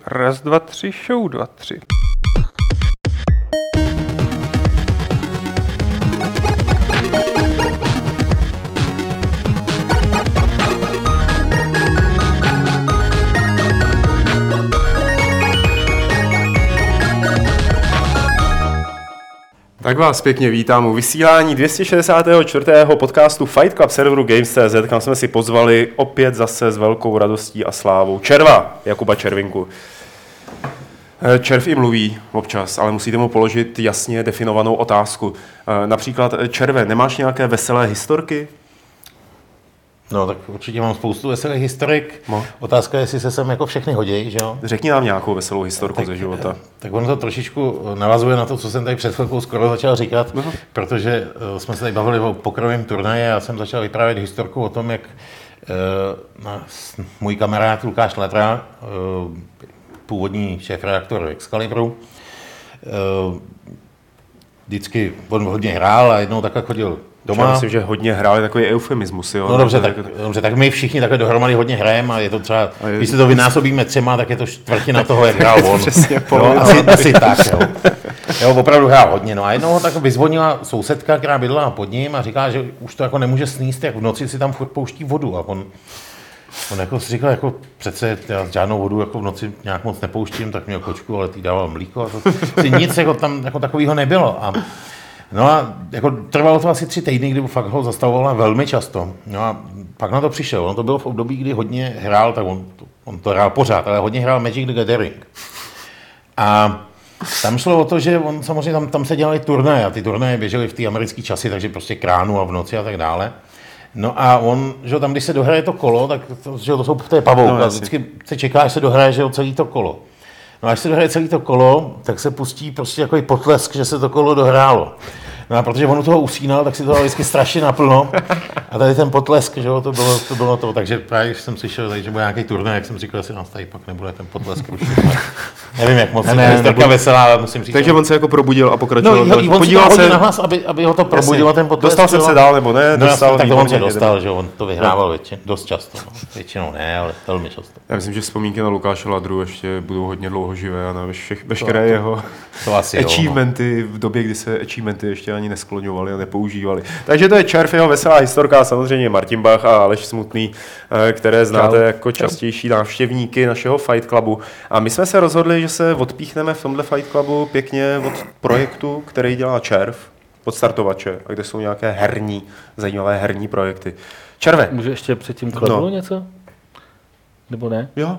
Raz, dva, tři, show, dva, tři. Tak vás pěkně vítám u vysílání 264. podcastu Fight Club serveru Games.cz, kam jsme si pozvali opět zase s velkou radostí a slávou Červa, Jakuba Červinku. Červ i mluví občas, ale musíte mu položit jasně definovanou otázku. Například, Červe, nemáš nějaké veselé historky? No, tak určitě mám spoustu veselých historik. No. Otázka je, jestli se sem jako všechny hodí, že jo? Řekni nám nějakou veselou historku ze života. Tak ono to trošičku navazuje na to, co jsem tady před chvilkou skoro začal říkat, protože jsme se tady bavili o pokrovém turnaji a já jsem začal vyprávět historku o tom, jak můj kamarád Lukáš Letra, původní šéfredaktor Excalibru, vždycky on hodně hrál a jednou takhle chodil doma. Já myslím, že hodně hrál je takový eufemismus, jo? No dobře, tak my všichni takhle dohromady hodně hrajeme a je to třeba, když si to vynásobíme 3, tak je to čtvrtina toho, jak hrál on. Přesně, asi tak, jo. Jo, opravdu hrál hodně. No a jednou ho tak vyzvonila sousedka, která bydlela pod ním a říká, že už to jako nemůže sníst, jak v noci si tam furt pouští vodu. A on jako si říkal, jako přece já žádnou vodu jako v noci nějak moc nepouštím, tak měl kočku, ale ty dával mlíko. A to, nic jako tam jako takového nebylo. No a jako trvalo to asi 3 týdny, kdy fakt ho zastavovala velmi často. No a pak na to přišel. Ono to bylo v období, kdy hodně hrál, tak on to hrál pořád, ale hodně hrál Magic the Gathering. A tam šlo o to, že on samozřejmě tam se dělaly turnaje a ty turnaje běžely v té americké časy, takže prostě k ránu a v noci a tak dále. No a on, že tam, když se dohraje to kolo, tak to jsou v té pavouka, no, vždycky se čeká, až se dohraje, že celý to kolo. No a až se dohraje celé to kolo, tak se pustí prostě takový potlesk, že se to kolo dohrálo. No a protože on u toho usínal, tak si to vždycky strašně naplno. A tady ten potlesk, že jo, to bylo to. Takže právě, když jsem slyšel, že bude nějaký turnaj, jak jsem říkal, jestli nás tady pak nebude ten potlesk rušit. Nevím, jak moc je historka veselá, ale musím říct. Takže on se jako probudil a pokračoval. No, on podíval se nahlas, aby ho to probudilo ten potlesk. Dostal jsem se dál, nebo ne? Dostal, tak to on se dostal, že on to vyhrával dost často. No. Většinou ne, ale velmi často. Já myslím, že vzpomínky na Lukáše Ladru ještě budou hodně dlouho živé a na veškeré jeho achievementy v době, kdy se achievementy ještě ani neskloňovali a nepoužívali. Takže to je Červ, jeho veselá historka, samozřejmě Martin Bach a Aleš Smutný, které znáte jako častější návštěvníky našeho Fight Clubu. A my jsme se rozhodli, že se odpíchneme v tomhle Fight Clubu pěkně od projektu, který dělá Červ, od startovače, a kde jsou nějaké zajímavé herní projekty. Červe. Můžu ještě předtím k levelu něco? Nebo ne? Jo.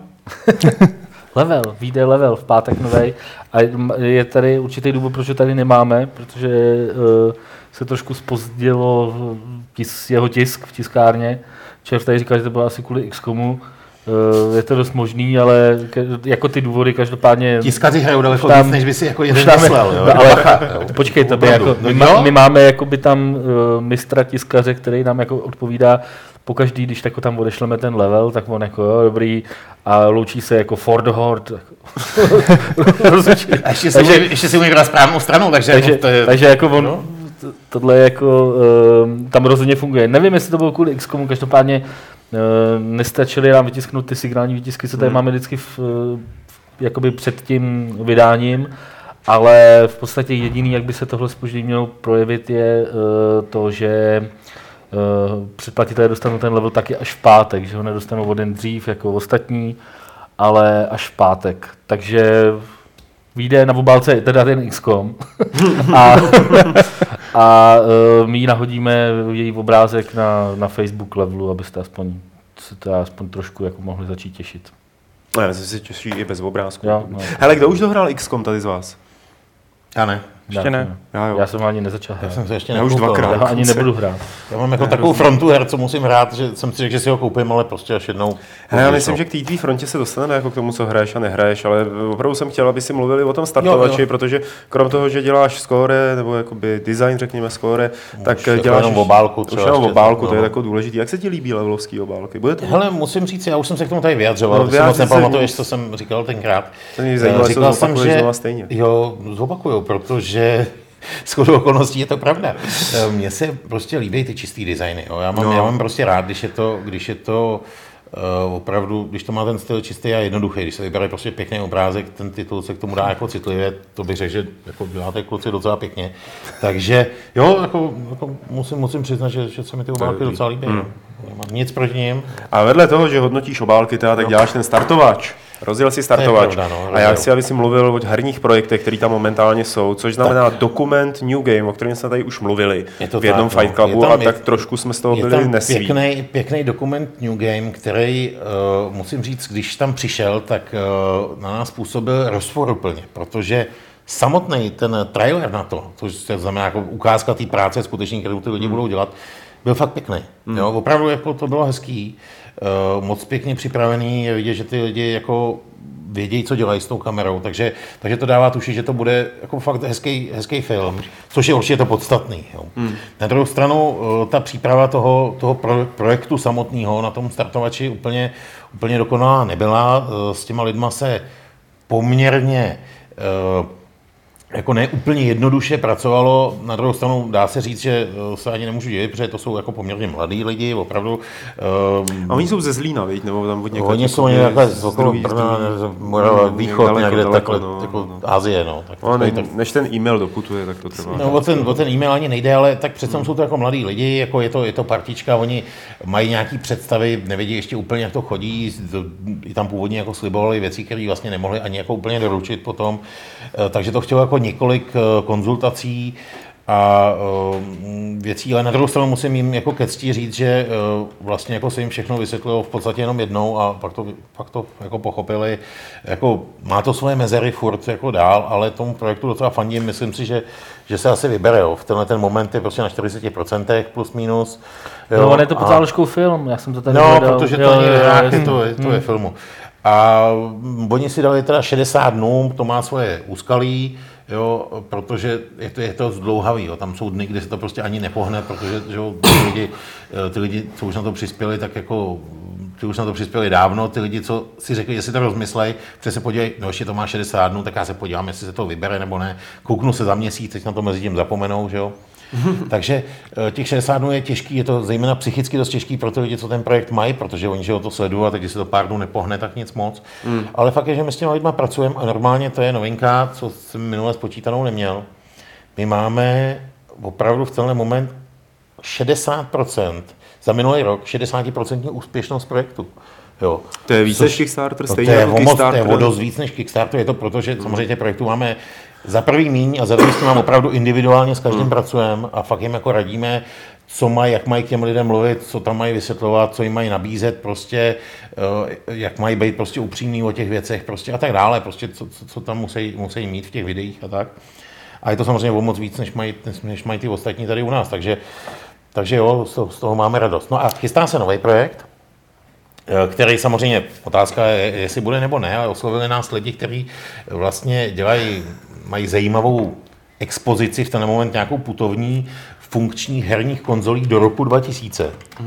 Vyjde level v pátek novej a je tady určitý důvod, proč ho tady nemáme, protože se trošku zpozdilo jeho tisk v tiskárně. Červ tady říkal, že to bylo asi kvůli XCOMu. Je to dost možný, ale jako ty důvody každopádně... Tiskaři hrajou daleko víc, než by si jako jeden myslel, jo? Ale počkej, my máme jakoby tam mistra tiskaře, který nám jako odpovídá pokaždý, když tako tam odešleme ten level, tak on jako jo, dobrý a loučí se jako for the horde. A ještě si umí hrát správnou stranu, takže jako on... No? Tohle jako tam rozhodně funguje. Nevím, jestli to bylo kvůli XCOMu, každopádně nestačili nám vytisknout ty signální výtisky, co tady máme vždycky jakoby před tím vydáním, ale v podstatě jediný, jak by se tohle zpoždění mělo projevit, je to, že předplatitelé dostanou ten level taky až v pátek, že ho nedostanou o den dřív jako ostatní, ale až v pátek. Takže vyjde na obálce teda ten XCOM a my ji nahodíme její obrázek na Facebook levelu, abyste aspoň trošku jako mohli začít těšit. No, já se těší i bez obrázku. Jo, no. Hele, kdo už dohrál XCOM tady z vás? Já ne. Ještě ne. Já jsem ani nezačal hrát. Já jsem se ještě už dvakrát. Já ani nebudu hrát. Já mám jako takovou frontu her, co musím hrát, že jsem si řekl, že si ho koupím, ale prostě až jednou. Já myslím, že k té frontě se dostaneme jako k tomu, co hraješ a nehraješ, ale opravdu jsem chtěl, aby si mluvili o tom startovači, protože krom toho, že děláš score, nebo jakoby design, řekněme score, tak děláš jenom obálku. Už jenom obálku, to je jako důležitý. Jak se ti líbí levelovský obálky? Hele, musím říct, já už jsem se k tomu tady vyjadřoval, si moc nepamatuješ, co jsem říkal tenkrát. Říkal jsem, že jo, zopakujou, protože shodou okolností je to pravda. Mně se prostě líbí ty čistý designy. Jo. Já mám prostě rád, když je to opravdu, když to má ten styl čistý a jednoduchý, když se vybere prostě pěkný obrázek, ten titul se k tomu dá jako citlivě, to bych řekl, že jako děláte kluci docela pěkně. Takže jo, jako musím přiznat, že se mi ty obálky docela líbí. Nemám nic proti nim. A vedle toho, že hodnotíš obálky, tak děláš ten startovač. Rozjel si startovač. A já chci, aby si mluvil o herních projektech, které tam momentálně jsou, což znamená dokument New Game, o kterém jsme tady už mluvili v jednom Fight Clubu a tak trošku jsme z toho byli nesví. Pěkný dokument New Game, který, musím říct, když tam přišel, tak na nás působil rozporuplně, protože samotný ten trailer na to, což znamená jako ukázka té práce skutečně, kterou ty lidi budou dělat, byl fakt pěkný. Jo, opravdu jako to bylo hezký, moc pěkně připravený, je vidět, že ty lidi jako vědějí, co dělají s tou kamerou, takže to dává tušit, že to bude jako fakt hezký film, což je určitě to podstatný. Jo. Na druhou stranu ta příprava toho projektu samotného na tom startovači úplně dokonalá nebyla. S těma lidma se poměrně jako ne úplně jednoduše pracovalo, na druhou stranu dá se říct, že se ani nemůžu divit, protože to jsou jako poměrně mladí lidi, opravdu. A oni jsou ze Zlína, víš, nebo tam od někoho? Oni jsou takhle z okolo Brna, východ, někde takhle, jako Asie, no. Než ten e-mail doputuje, tak to trvá. No, o ten e-mail ani nejde, ale tak přece jsou to jako mladí lidi, jako je to partička, oni mají nějaký představy, nevědí ještě úplně, jak to chodí, i tam původně jako slibovali věci, které vlastně nemohli ani jako úplně doručit potom, takže to chtělo jako několik konzultací a věcí, ale na druhou stranu musím jim jako ke cti říct, že vlastně jako se jim všechno vysvětlilo v podstatě jenom jednou a pak to jako pochopili. Jako má to svoje mezery furt jako dál, ale tomu projektu docela fandím, myslím si, že se asi vybere. Jo. V tenhle ten moment je prostě na 40% plus minus. Jo. No, on je to pod záložkou film, já jsem to tady hledal. No, protože to není hrách, to je filmu. A oni si dali teda 60 dnů, to má svoje úskalí, jo, protože je to zdlouhavý, jo. Tam jsou dny, kde se to prostě ani nepohne, protože jo, ty lidi, co už na to přispěli, tak jako ty už na to přispěli dávno, ty lidi, co si řekli, že si to rozmyslej, protože se podívej, no ještě to má 60 dnů, tak já se podívám, jestli se to vybere nebo ne, kouknu se za měsíc, teď na to mezi tím zapomenou, že jo. Takže těch 60 dnů je těžký, je to zejména psychicky dost těžký pro ty lidi, co ten projekt mají, protože oni že ho to sledují a teď, když se to pár dnů nepohne, tak nic moc. Ale fakt je, že my s těmi lidmi pracujeme a normálně to je novinka, co jsem minule spočítanou neměl. My máme opravdu v tenhle moment 60%, za minulý rok 60% úspěšnost projektu. Jo. To je víc než Kickstarter, stejně jako Kickstarter. To je dost víc než Kickstarter, je to proto, že samozřejmě těch projektů máme za prvý míň a za druhý s tím opravdu individuálně s každým pracujeme a fakt jim jako radíme, co mají, jak mají k těm lidem mluvit, co tam mají vysvětlovat, co jim mají nabízet, prostě, jak mají být prostě upřímný o těch věcech prostě a tak dále, prostě co tam musí mít v těch videích a tak. A je to samozřejmě o moc víc, než mají ty ostatní tady u nás, takže jo, z toho máme radost. No a chystá se nový projekt, který samozřejmě, otázka je, jestli bude nebo ne, ale oslovili nás lidi, kteří vlastně mají zajímavou expozici v ten moment nějakou putovní funkčních herních konzolí do roku 2000.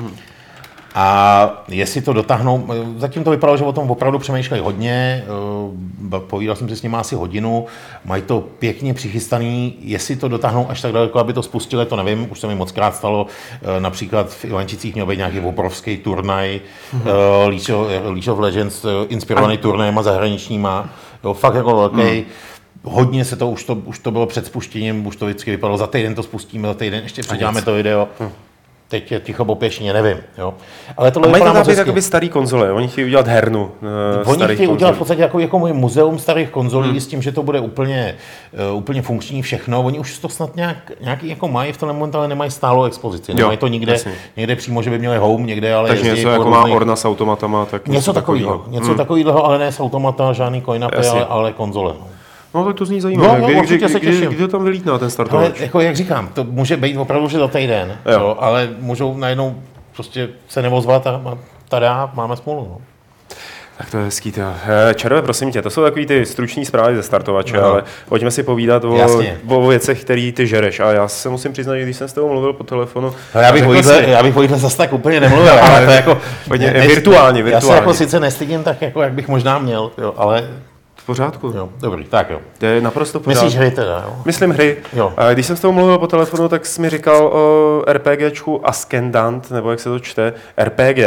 A jestli to dotáhnou, zatím to vypadalo, že o tom opravdu přemýšleli hodně, povídal jsem si s nimi asi hodinu, mají to pěkně přichystaný, jestli to dotáhnou až tak daleko, aby to spustili, to nevím, už se mi mockrát stalo, například v Ivančicích měl být nějaký obrovský turnaj, League of Legends, inspirovaný turnajema zahraničníma, jo, fakt jako velký. Hodně se to, už to bylo před spuštěním, už to vždycky vypadalo, za týden to spustíme, za týden ještě předěláme to video. Teď je ticho po pěšině, nevím. Jo. Ale tohle mají to být jakoby starý konzole, oni chtějí udělat hernu. Oni chtějí udělat v podstatě jako muzeum starých konzolí s tím, že to bude úplně funkční všechno. Oni už to snad nějaký jako mají v tomhle momentu, ale nemají stálou expozici. Nemají to někde přímo, že by měli home, někde, ale takže něco jako má Orna s automatama, tak něco takového, ale ne s automata, žádný coin-upy, ale konzole. No tak to zní zajímavé. Kdy to tam vylítne ten startovač? Ale jako jak říkám, to může být opravdu že za týden, jo, ale můžou najednou prostě se nevozvat a tada, máme smůlu. No. Tak to je hezký. Červe, prosím tě, to jsou takový ty struční zprávy ze startovače, ale pojďme si povídat o věcech, které ty žereš. A já se musím přiznat, že když jsem s tebou mluvil po telefonu... No, já bych o jídle zase tak úplně nemluvil, ale to jako... Virtuálně. Já se jako sice nestydím tak, jako jak bych možná měl, jo, ale... V pořádku. Jo, dobrý, tak jo. To je naprosto pořádku. Myslíš hry teda, jo? Myslím hry. Jo. A když jsem s tou mluvil po telefonu, tak jsi mi říkal o RPGčku Ascendant, nebo jak se to čte, RPG.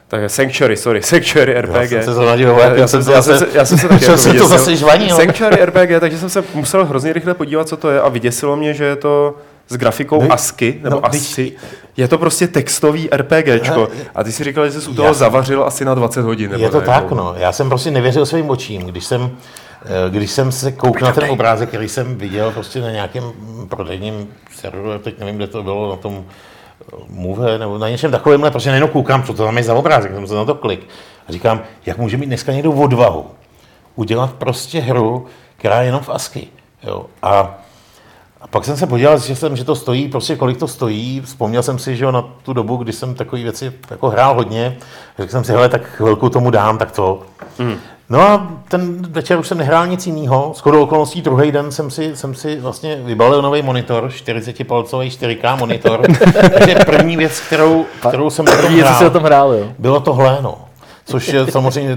Tak Sanctuary RPG. Já jsem se zaradil, já jsem se taky jako vyděsil. To zase žvaní, Sanctuary RPG, takže jsem se musel hrozně rychle podívat, co to je a vyděsilo mě, že je to s grafikou ASCII, nebo ASCII. Je to prostě textový RPGčko. A ty si říkal, že jsi u toho zavařil asi na 20 hodin. Je to tak, no. Já jsem prostě nevěřil svým očím, když jsem se koukal na ten obrázek, který jsem viděl prostě na nějakém prodejním serveru, teď nevím, kde to bylo, na tom Move, nebo na něčem takovémhle, prostě nejenom koukám, co to tam je za obrázek, jsem se na to klik a říkám, jak může mít dneska někdo odvahu udělat prostě hru, která je jenom v ASCII, jo. A pak jsem se podíval, že to stojí, prostě kolik to stojí, vzpomněl jsem si, že na tu dobu, kdy jsem takové věci jako hrál hodně, řekl jsem si, hele, tak chvilku tomu dám, tak to. No a ten večer už jsem nehrál nic jiného. Shodou okolností druhý den jsem si vlastně vybalil nový monitor, 40-palcový 4K monitor. Takže první věc, kterou jsem o tom hrál, jo. Bylo tohle, no. Což je samozřejmě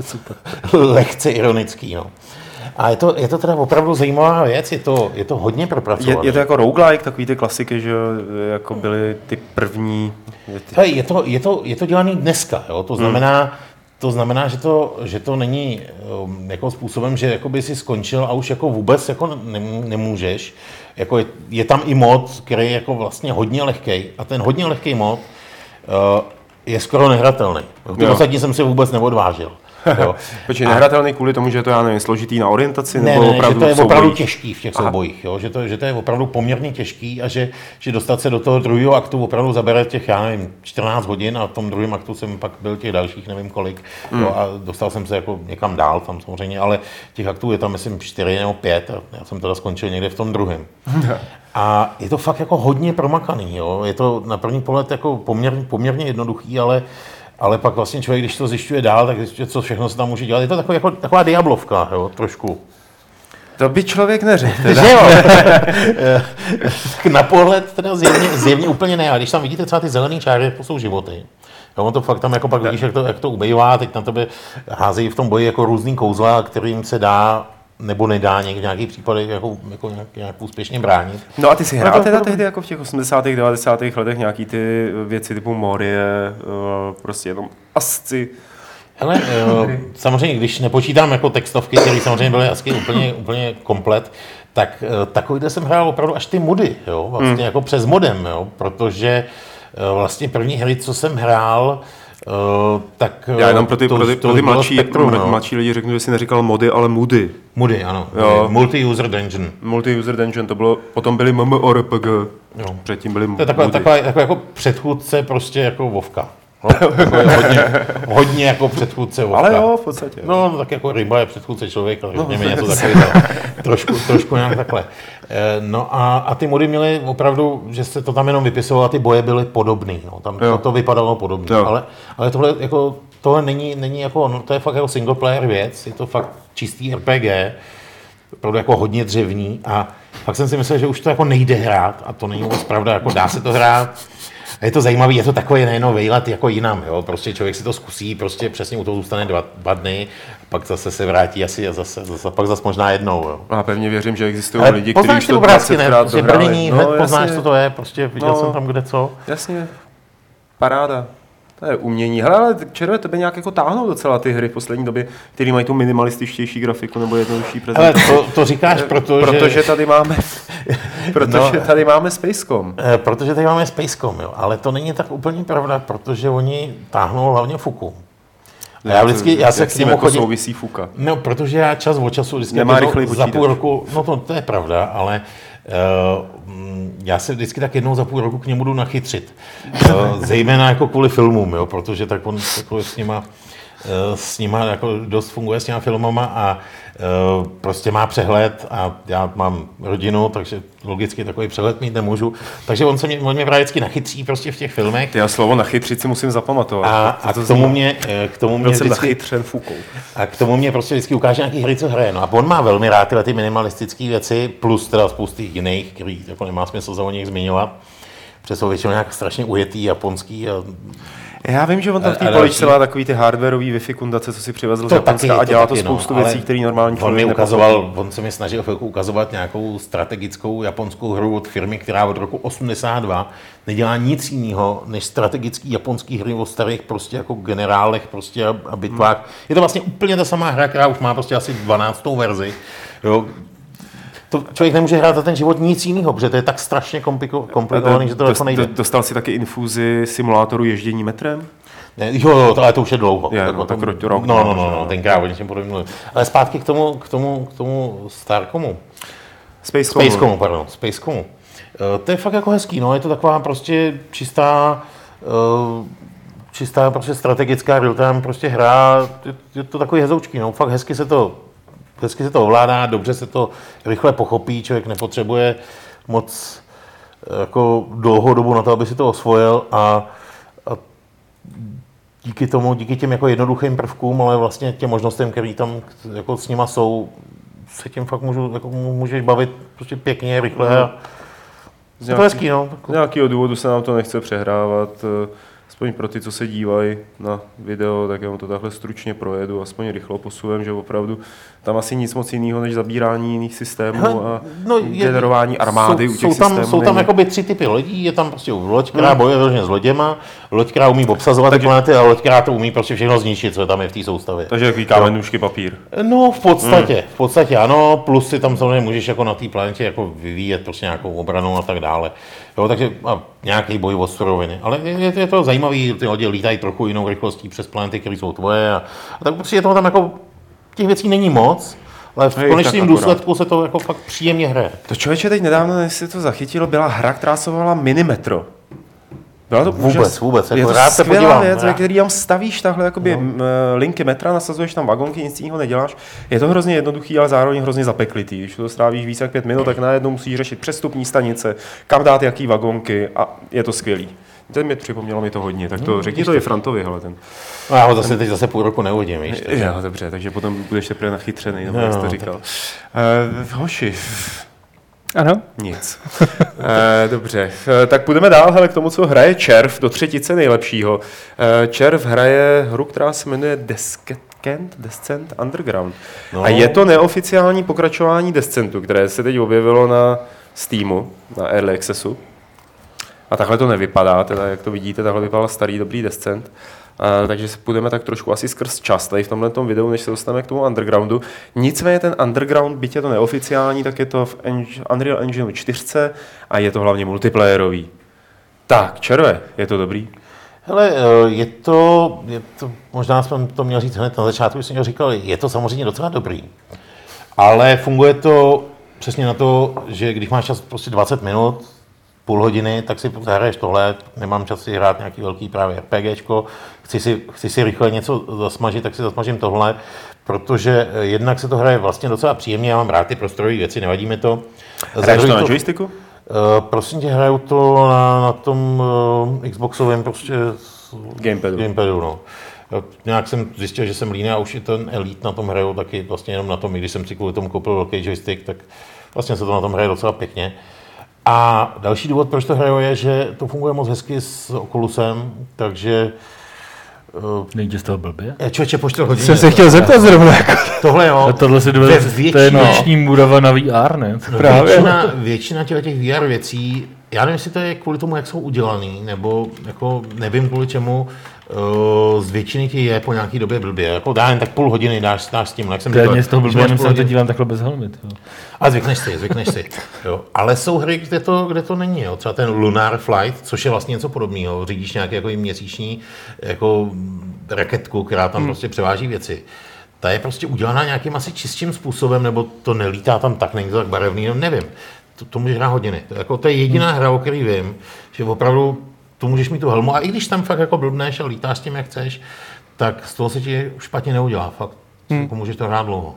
lehce ironický, no. A je to teda opravdu zajímavá věc, je to hodně propracované. Je to jako roguelike, takový ty klasiky, že jako byly ty první... Hej, je to dělaný dneska, jo? To znamená, že to není jako způsobem, že jakoby si skončil a už jako vůbec jako nemůžeš. Jako je tam i mod, který je jako vlastně hodně lehkej a ten hodně lehký mod je skoro nehratelný. Ty ostatní jsem si vůbec neodvážil. Počkej, nehratelný kvůli tomu, že to já nevím, složitý na orientaci? Ne, že to je opravdu těžký v těch soubojích, jo? Že to je opravdu poměrně těžký a že dostat se do toho druhého aktu opravdu zabere těch, já nevím, 14 hodin a v tom druhém aktu jsem pak byl těch dalších nevím kolik jo? A dostal jsem se jako někam dál tam samozřejmě, ale těch aktů je tam myslím 4 nebo 5 a já jsem teda skončil někde v tom druhém. A je to fakt jako hodně promakaný, jo? Je to na první pohled jako poměrně jednoduchý, ale pak vlastně člověk, když to zjišťuje dál, tak zjišťuje, co všechno se tam může dělat. Je to taková diablovka, jo, trošku. To by člověk neřekl. Na pohled teda zjevně úplně ne, ale když tam vidíte třeba ty zelený čáry, to jsou životy. Jo, to fakt tam jako pak vidíš, jak to ubejvá, teď na tebe házejí v tom boji jako různý kouzla, kterým se dá nebo nedá v nějakých případech jako nějak úspěšně bránit. No a ty si hrál teda tehdy jako v těch 80. 90. letech nějaký ty věci typu Morie, prostě jenom ASCII. Hele, samozřejmě, když nepočítám jako textovky, které samozřejmě byly ASCII úplně komplet, tak takovýhle jsem hrál opravdu až ty mody, jo, vlastně jako přes modem, jo, protože vlastně první hry, co jsem hrál, tak já jenom pro ty mladší lidi řeknu, že si neříkal mody, ale moody. Moody, ano. Multi-user dungeon. Multi-user dungeon, to bylo, potom byly MMORPG, předtím byly moody. To je taková jako předchůdce prostě jako Vovka. No, hodně jako předchůdce Vovka. Ale jo, v podstatě. No, tak jako ryba je předchůdce člověka, řekněme něco takového. Trošku nějak takhle. No a ty mody měly opravdu, že se to tam jenom vypisovalo a ty boje byly podobný. No, tam to vypadalo podobně. Ale tohle není jako, no, to je fakt jako single player věc, je to fakt čistý RPG, opravdu jako hodně dřevní a fakt jsem si myslel, že už to jako nejde hrát a to není vůbec pravda, jako dá se to hrát. A je to zajímavý, je to takové nejenom vejlet jako jinam, jo? Prostě člověk si to zkusí, prostě přesně u toho zůstane dva dny, pak zase se vrátí asi a pak zase možná jednou, jo? A pevně věřím, že existují lidi, kteří už to 20krát dohráli. Hned poznáš, co to je, prostě viděl jsem tam kde co. Jasně, paráda. To je umění. Hele, ale Červe, tebe nějak jako táhnou docela ty hry v poslední době, které mají tu minimalističtější grafiku nebo jednodušší prezentaci. Ale to říkáš, protože tady máme tady máme Spacecom. Protože tady máme Spacecom, jo. Ale to není tak úplně pravda, protože oni táhnou hlavně Fuku. Já se k němu jako souvisí Fuka. No, protože já čas od času vždycky za půl roku, no to je pravda, ale já se vždycky tak jednou za půl roku k němu jdu nachytřit. Zejména jako kvůli filmům, jo, protože tak on jako s nima jako dost funguje s těma filmama a prostě má přehled a já mám rodinu, takže logicky takový přehled mít nemůžu. Takže on mě právě vždycky nachytří prostě v těch filmech. Já slovo nachytřit si musím zapamatovat. A k tomu mě vždycky nachytřen Fukou. A k tomu mě prostě vždycky ukáže nějaký hry, co hraje. No a on má velmi rád tyhle ty minimalistické věci, plus teda spousty jiných, který jako nemá smysl za o nich zmiňovat. Protože jsou většinou nějak strašně ujetý, japonský a Já vím, že on tam v té poličce má takový ty hardwareový Wi-Fi kundace, co si přivezl z Japonska a dělá to spoustu věcí, které normální člověk ukazoval, on se mi snažil chvilku ukazovat nějakou strategickou japonskou hru od firmy, která od roku 82 nedělá nic jiného, než strategický japonský hry o starých prostě jako generálech prostě a bitvách. Je to vlastně úplně ta samá hra, která už má prostě asi 12. verzi. Jo. To člověk nemůže hrát za ten život nic jiného, protože to je tak strašně komplikovaný, že to jako nejde. Dostal si taky infuzi simulátoru ježdění metrem? Ne, jo, ale to už je dlouho. Tak rok. No, tenkrát o něčem podobným. Ale zpátky k tomu Starcomu. Spacecomu. To je fakt jako hezký, no, je to taková prostě čistá prostě strategická real-time prostě hra, je to takový hezoučký, no, fakt hezky se to ovládá, dobře se to rychle pochopí, člověk nepotřebuje moc jako dlouhou dobu na to, aby si to osvojil a díky těm jako jednoduchým prvkům, ale vlastně těm možnostem, které tam jako s nima jsou, se tím fakt můžeš bavit prostě pěkně, rychle a to je hezký, no. Z nějakého důvodu se nám to nechce přehrávat. Aspoň pro ty, co se dívají na video, tak já to takhle stručně projedu, aspoň rychlo posuvem, že opravdu tam asi nic moc jiného než zabírání jiných systémů a generování armády u těch systémů. Jsou tam jakoby 3 typy lodí, je tam prostě loď, která bojuje vyloženě s loděma, loď, která umí obsazovat ty planety a loď, která to umí prostě všechno zničit, co tam je v té soustavě. Takže jaký kámen, nůžky, papír. No v podstatě ano, plus si tam samozřejmě můžeš jako na té planetě jako vyvíjet prostě nějakou obranu a tak dále. Jo, takže nějaký boj o suroviny. Ale je to zajímavý, ty lodě lítají trochu jinou rychlostí přes planety, které jsou tvoje. A tak prostě je toho tam jako, těch věcí není moc, ale v konečném důsledku se to jako fakt příjemně hraje. To člověče teď nedávno, jestli to zachytilo, byla hra, která se volala Minimetro. Byla to vůbec. Je to skvělá věc, ve který tam stavíš takhle jakoby linky metra, nasazuješ tam vagonky, nic jiného neděláš. Je to hrozně jednoduchý, ale zároveň hrozně zapeklitý. Když to strávíš víc jak 5 minut, tak najednou musíš řešit přestupní stanice, kam dát jaký vagonky a je to skvělý. Připomnělo mi to hodně, tak to řekni to i Frantovi, hele ten. No já ho teď zase půl roku neuvidím, víš. Jo, dobře, takže potom budeš teprve nachytřený, nebo jak jsi to říkal. Hoši. Ano. Nic. Dobře, tak půjdeme dál, hele, k tomu, co hraje Červ do třetice nejlepšího. Červ hraje hru, která se jmenuje Descent Underground. No. A je to neoficiální pokračování Descentu, které se teď objevilo na Steamu, na Early Accessu. A takhle to nevypadá, teda jak to vidíte, takhle vypadal starý dobrý Descent. Takže se půjdeme tak trošku asi skrz čas tady v tomhle videu, než se dostaneme k tomu Undergroundu. Nicméně ten Underground, byť je to neoficiální, tak je to v Unreal Engine 4 a je to hlavně multiplayerový. Tak, Červe, je to dobrý? Hele, je to, možná jsem to měl říct hned na začátku, když jsem říkal, je to samozřejmě docela dobrý, ale funguje to přesně na to, že když máš čas prostě 20 minut, půl hodiny, tak si zahraješ tohle, nemám čas si hrát nějaký velký právě RPGčko, chci si rychle něco zasmažit, tak si zasmažím tohle, protože jednak se to hraje vlastně docela příjemně, já mám rád ty prostorové věci, nevadí mi to. Hraješ to na joysticku? Prosím tě, hraju to na tom Xboxovém prostě gamepadu, no. Nějak jsem zjistil, že jsem líný a už i ten Elite na tom hraju taky vlastně jenom na tom, i když jsem si kvůli tomu koupil velký joystick, tak vlastně se to na tom hraje docela pěkně. A další důvod, proč to hraju, je, že to funguje moc hezky s Oculusem, takže... Nejde z toho blbě? Člověče, po 4 hodině. Jsem se chtěl zeptat zrovna. Tohle jo. A tohle si dovedete, to je noční můrava na VR, ne? Právě. Většina těch VR věcí, já nevím, jestli to je kvůli tomu, jak jsou udělaný, nebo jako nevím kvůli čemu, z většiny ti je po nějaký době blbě. Jako dá tak půl hodiny dáš s tím, jak jsem říkal. To je z toho blbě, jenom se to dívám takhle bez helmet. Jo. A zvykneš si. Jo. Ale jsou hry, kde to není. Jo. Třeba ten Lunar Flight, což je vlastně něco podobného. Řídíš nějaký jako měsíční jako raketku, která tam prostě převáží věci. Ta je prostě udělaná nějakým asi čistým způsobem, nebo to nelítá tam tak, není to tak barevný, no nevím. To můžeš hrát hodiny. To je jediná hra, o který vím, že opravdu tu můžeš mít tu helmu a i když tam fakt jako blbneš a lítáš s tím, jak chceš, tak z toho se ti špatně neudělá. Fakt jako můžeš to hrát dlouho.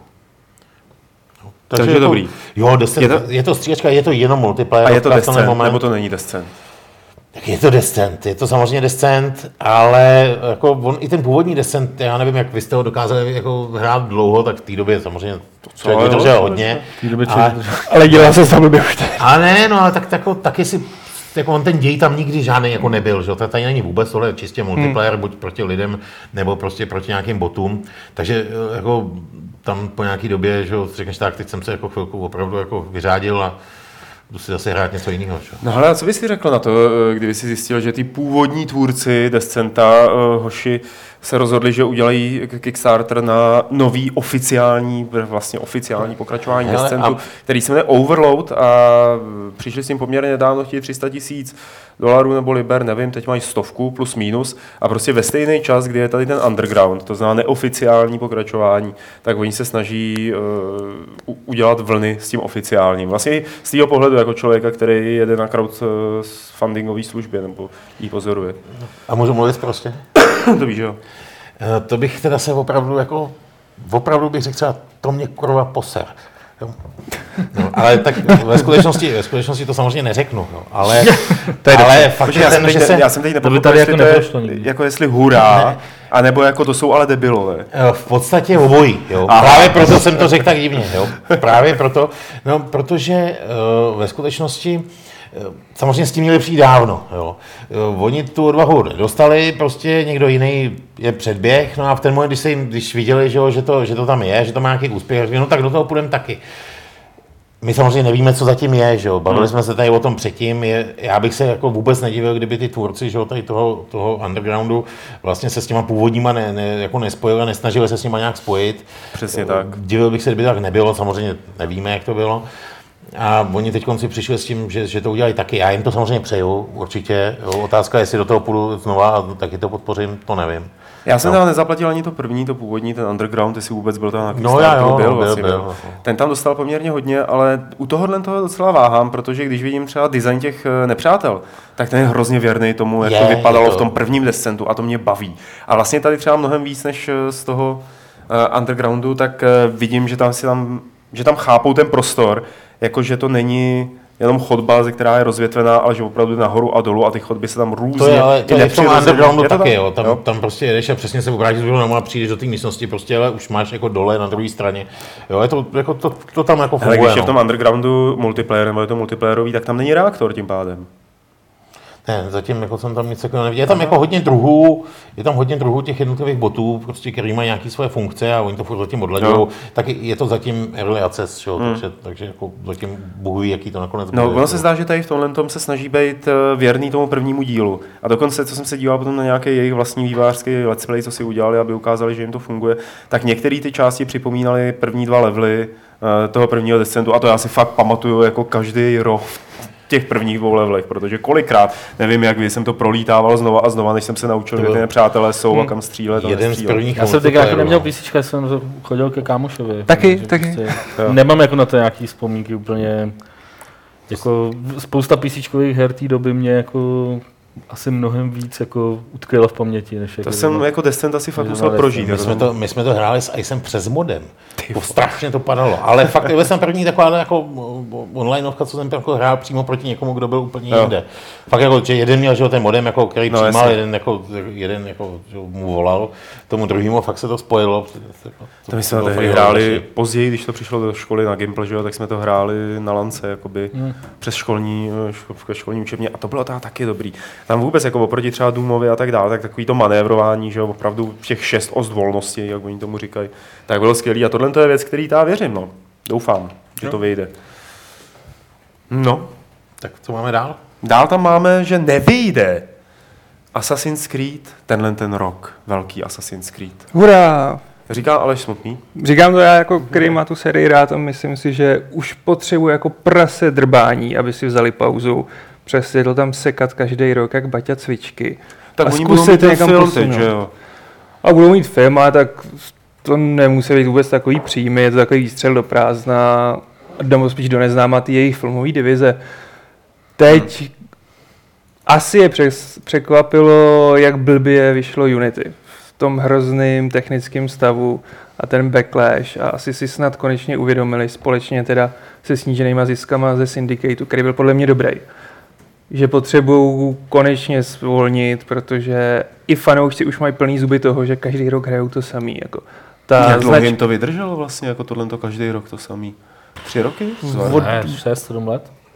No, takže jako, dobrý. Jo, je to střílečka, je to jenom multiplayer. A je to Descent, nebo to není Descent? Tak je to Descent, je to samozřejmě Descent, ale jako on i ten původní Descent, já nevím, jak vy jste ho dokázali jako hrát dlouho, tak v té době samozřejmě člověk vydržel hodně. Ale dělá se tam blbě už teď. A ne, no ale taky si jako on ten děj tam nikdy žádný jako nebyl, že? To tady není vůbec, tohle je čistě multiplayer, buď proti lidem, nebo prostě proti nějakým botům, takže jako tam po nějaký době, že řekneš tak, teď jsem se jako chvilku opravdu jako vyřádil a jdu si zase hrát něco jiného. Že? No ale co bys si řekl na to, kdyby si zjistil, že ty původní tvůrci Descenta, hoši, se rozhodli, že udělají Kickstarter na nový oficiální pokračování Descentu, který se jmenuje Overload a přišli s tím poměrně nedávno, chtějí $300,000 nebo liber, nevím, teď mají 100 plus minus a prostě ve stejný čas, kdy je tady ten underground, to znamená neoficiální pokračování, tak oni se snaží udělat vlny s tím oficiálním. Vlastně z toho pohledu jako člověka, který jede na crowdfundingové službě nebo jí pozoruje. A můžu mluvit prostě? To víš, jo. To bych teda se opravdu bych řekl třeba, to mě kurva poser. No, ale tak ve skutečnosti to samozřejmě neřeknu, no, ale fakt já jsem teď nepochopil, jako jestli hurá, anebo jako to jsou ale debilové. V podstatě obojí, jo. Právě proto jsem to řekl tak divně, jo. Právě proto, no, protože ve skutečnosti samozřejmě s tím měli přijít dávno, jo. Oni tu odvahu dostali, prostě někdo jiný je předběh, no a v ten moment, když viděli, že to tam je, že to má nějaký úspěch, no tak do toho půjdeme taky. My samozřejmě nevíme, co zatím je, že jo. Bavili jsme se tady o tom předtím, já bych se jako vůbec nedivil, kdyby ty tvůrci, že jo, tady toho undergroundu vlastně se s těma původníma jako nespojili a nesnažili se s nima nějak spojit. Přesně tak. Divil bych se, kdyby tak nebylo, samozřejmě nevíme, jak to bylo. A oni teď si přišli s tím, že to udělají taky. Já jim to samozřejmě přeju, určitě. Jo. Otázka, jestli do toho půjdu znova a taky to podpořím, to nevím. Já jsem tam nezaplatil ani to první, to původní, ten underground, jestli vůbec byl tam na Kickstarteru, byl. Ten tam dostal poměrně hodně, ale u tohohle toho docela váhám, protože když vidím třeba design těch nepřátel, tak ten je hrozně věrný tomu, jak to vypadalo v tom prvním Descentu a to mě baví. A vlastně tady třeba mnohem víc než z toho undergroundu, tak vidím, že tam chápou ten prostor, jakože to není jenom chodba, která je rozvětvená, ale že opravdu nahoru a dolů a ty chodby se tam různě... To je v tom undergroundu taky, jo. Tam prostě jedeš a přesně se obrátíš a přijdeš do té místnosti, prostě, ale už máš jako dole na druhé straně. Jo, je to, jako, to tam jako funguje. Ale když je v tom undergroundu multiplayer, nebo je to multiplayerový, tak tam není reaktor tím pádem. Ne, zatím jako jsem tam nic takového neviděl. Je tam jako hodně druhů těch jednotlivých botů, prostě, který mají nějaké své funkce a oni to furt zatím odlaďují. Tak je to zatím early access, takže jako zatím bohují, jaký to nakonec bude. No, ono se zdá, že tady v tomhle tom se snaží být věrný tomu prvnímu dílu. A dokonce, co jsem se díval potom na nějaký jejich vlastní vývářský let's play, co si udělali, aby ukázali, že jim to funguje, tak některé ty části připomínaly první 2 levely toho prvního Descentu a to já si fakt pamatuju jako každý rok těch prvních 2 levelech, protože kolikrát, nevím jak, jsem to prolítával znova a znova, než jsem se naučil, kde ty nepřátelé jsou a kam střílet. Jeden z prvních. Já jsem teď jako neměl písíčka, jsem chodil ke kámošovi. Taky. Prostě nemám jako na to nějaký vzpomínky úplně, jako spousta písíčkových her té doby mě jako asi mnohem víc jako utkvěla v paměti. Než to jsem jako Descent asi fakt musel prožít. My jsme to hráli s Icem přes modem. Strašně to padalo. Ale fakt byl jsem první taková jako onlineovka, co jsem jako hrál přímo proti někomu, kdo byl úplně jinde. Fakt jako, že jeden měl ten modem, jako, který přijímal, jeden mu volal, tomu druhému fakt se to spojilo. To my jsme tehdy hráli později, když to přišlo do školy na Gimple, že jo, tak jsme to hráli na lance, jakoby přes školní učebně a to bylo taky dobrý. Tam vůbec jako oproti třeba Doomovi a tak dále, tak takový to manévrování, že jo, opravdu těch 6 os volnosti, jak oni tomu říkají, tak bylo skvělý a tohle to je věc, který já věřím, no. Doufám, že to vyjde. No. Tak co máme dál? Dál tam máme, že nevyjde Assassin's Creed tenhle ten rok, velký Assassin's Creed. Hurá! Říká Aleš Smutný. Říkám to já, jako který má tu sérii rád a myslím si, že už potřebuje jako prase drbání, aby si vzali pauzu. Přesně to tam sekat každý rok, jak Baťa cvičky. Tak a oni budou mít ten film teď, že jo? A budou mít film, ale tak to nemusí být vůbec takový příjmy, je to takový výstřel do prázdna, nebo spíš do neznáma ty jejich filmové divize. Teď asi je překvapilo, jak blbě vyšlo Unity v tom hrozným technickém stavu a ten backlash a asi si snad konečně uvědomili společně teda se sníženýma ziskama ze Syndicateu, který byl podle mě dobrý. Že potřebují konečně zvolnit, protože i fanoušci už mají plný zuby toho, že každý rok hrajou to samý. Jako jak dlouho jim to vydrželo vlastně, jako tohle každý rok to samý? 3 roky? Ne, 6-7 let.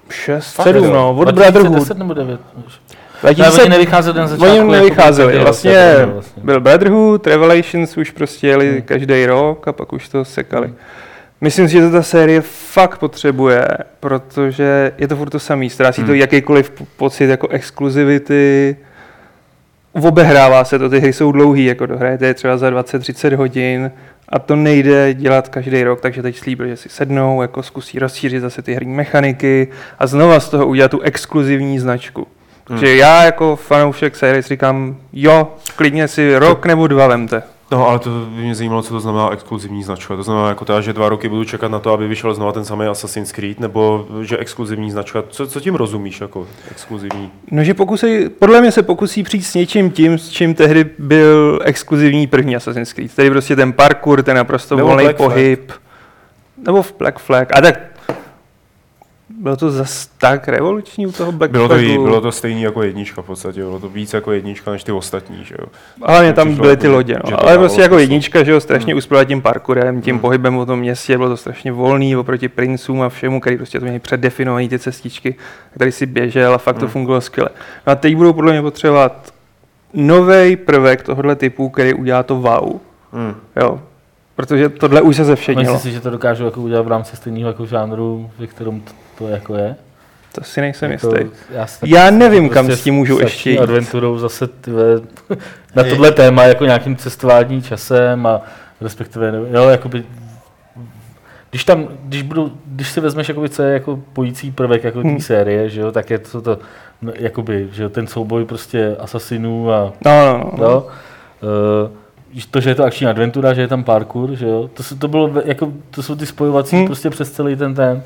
6, 7, no, od Brotherhood. 10 nebo 9. Oni nevycházeli na začátku. Oni nevycházeli, vlastně byl Brotherhood, Revelations už prostě jeli každý rok a pak už to sekali. Myslím si, že to ta série fakt potřebuje, protože je to furt to samý, ztrácí to jakýkoliv pocit jako exkluzivity, obehrává se to, ty hry jsou dlouhý, jako dohrajete třeba za 20-30 hodin a to nejde dělat každý rok, takže teď slíbil, že si sednou, jako zkusí rozšířit zase ty herní mechaniky a znova z toho udělat tu exkluzivní značku. Takže já jako fanoušek série říkám, jo, klidně si rok nebo 2 vemte. No, ale to by mě zajímalo, co to znamená exkluzivní značka. To znamená jako ta, že 2 roky budu čekat na to, aby vyšel znova ten samý Assassin's Creed, nebo že exkluzivní značka. Co tím rozumíš jako exkluzivní? No, že podle mě se pokusí přijít s něčím tím, s čím tehdy byl exkluzivní první Assassin's Creed. Tedy prostě ten parkour, ten naprosto volný pohyb. Nebo v Black Flag. A tak bylo to zas tak revoluční u toho Black Flagu? Bylo to stejný jako jednička v podstatě, bylo to víc jako jednička než ty ostatní, že jo. Ale tam byly ty lodě, no. Ale prostě jako jednička, že jo, strašně uspěla tím parkourem, tím pohybem po tom městě, bylo to strašně volný oproti Princům a všemu, který prostě to měli předdefinovaný ty cestičky, který si běžel a fakt to fungovalo skvěle. No a teď budou podle mě potřebovat novej prvek tohohle typu, který udělá to wow. Jo. Protože tohle už se zevšednilo. Myslíš si, že to dokážu jako udělat v rámci stejného jako žánru, ve kterém to jako je? To si nejsem jistý. Já nevím, kam s tím můžu ještě jít. Adventurou zase na tohle téma jako nějakým cestování časem a respektive, jo, jakoby, když si vezmeš jakoby, co je jako pojící prvek jako té série, že jo, tak je to jakoby, že jo, ten souboj prostě asasinů a no. To, že je to akční adventura, že je tam parkour, že jo, to bylo jako, to jsou ty spojovací prostě přes celý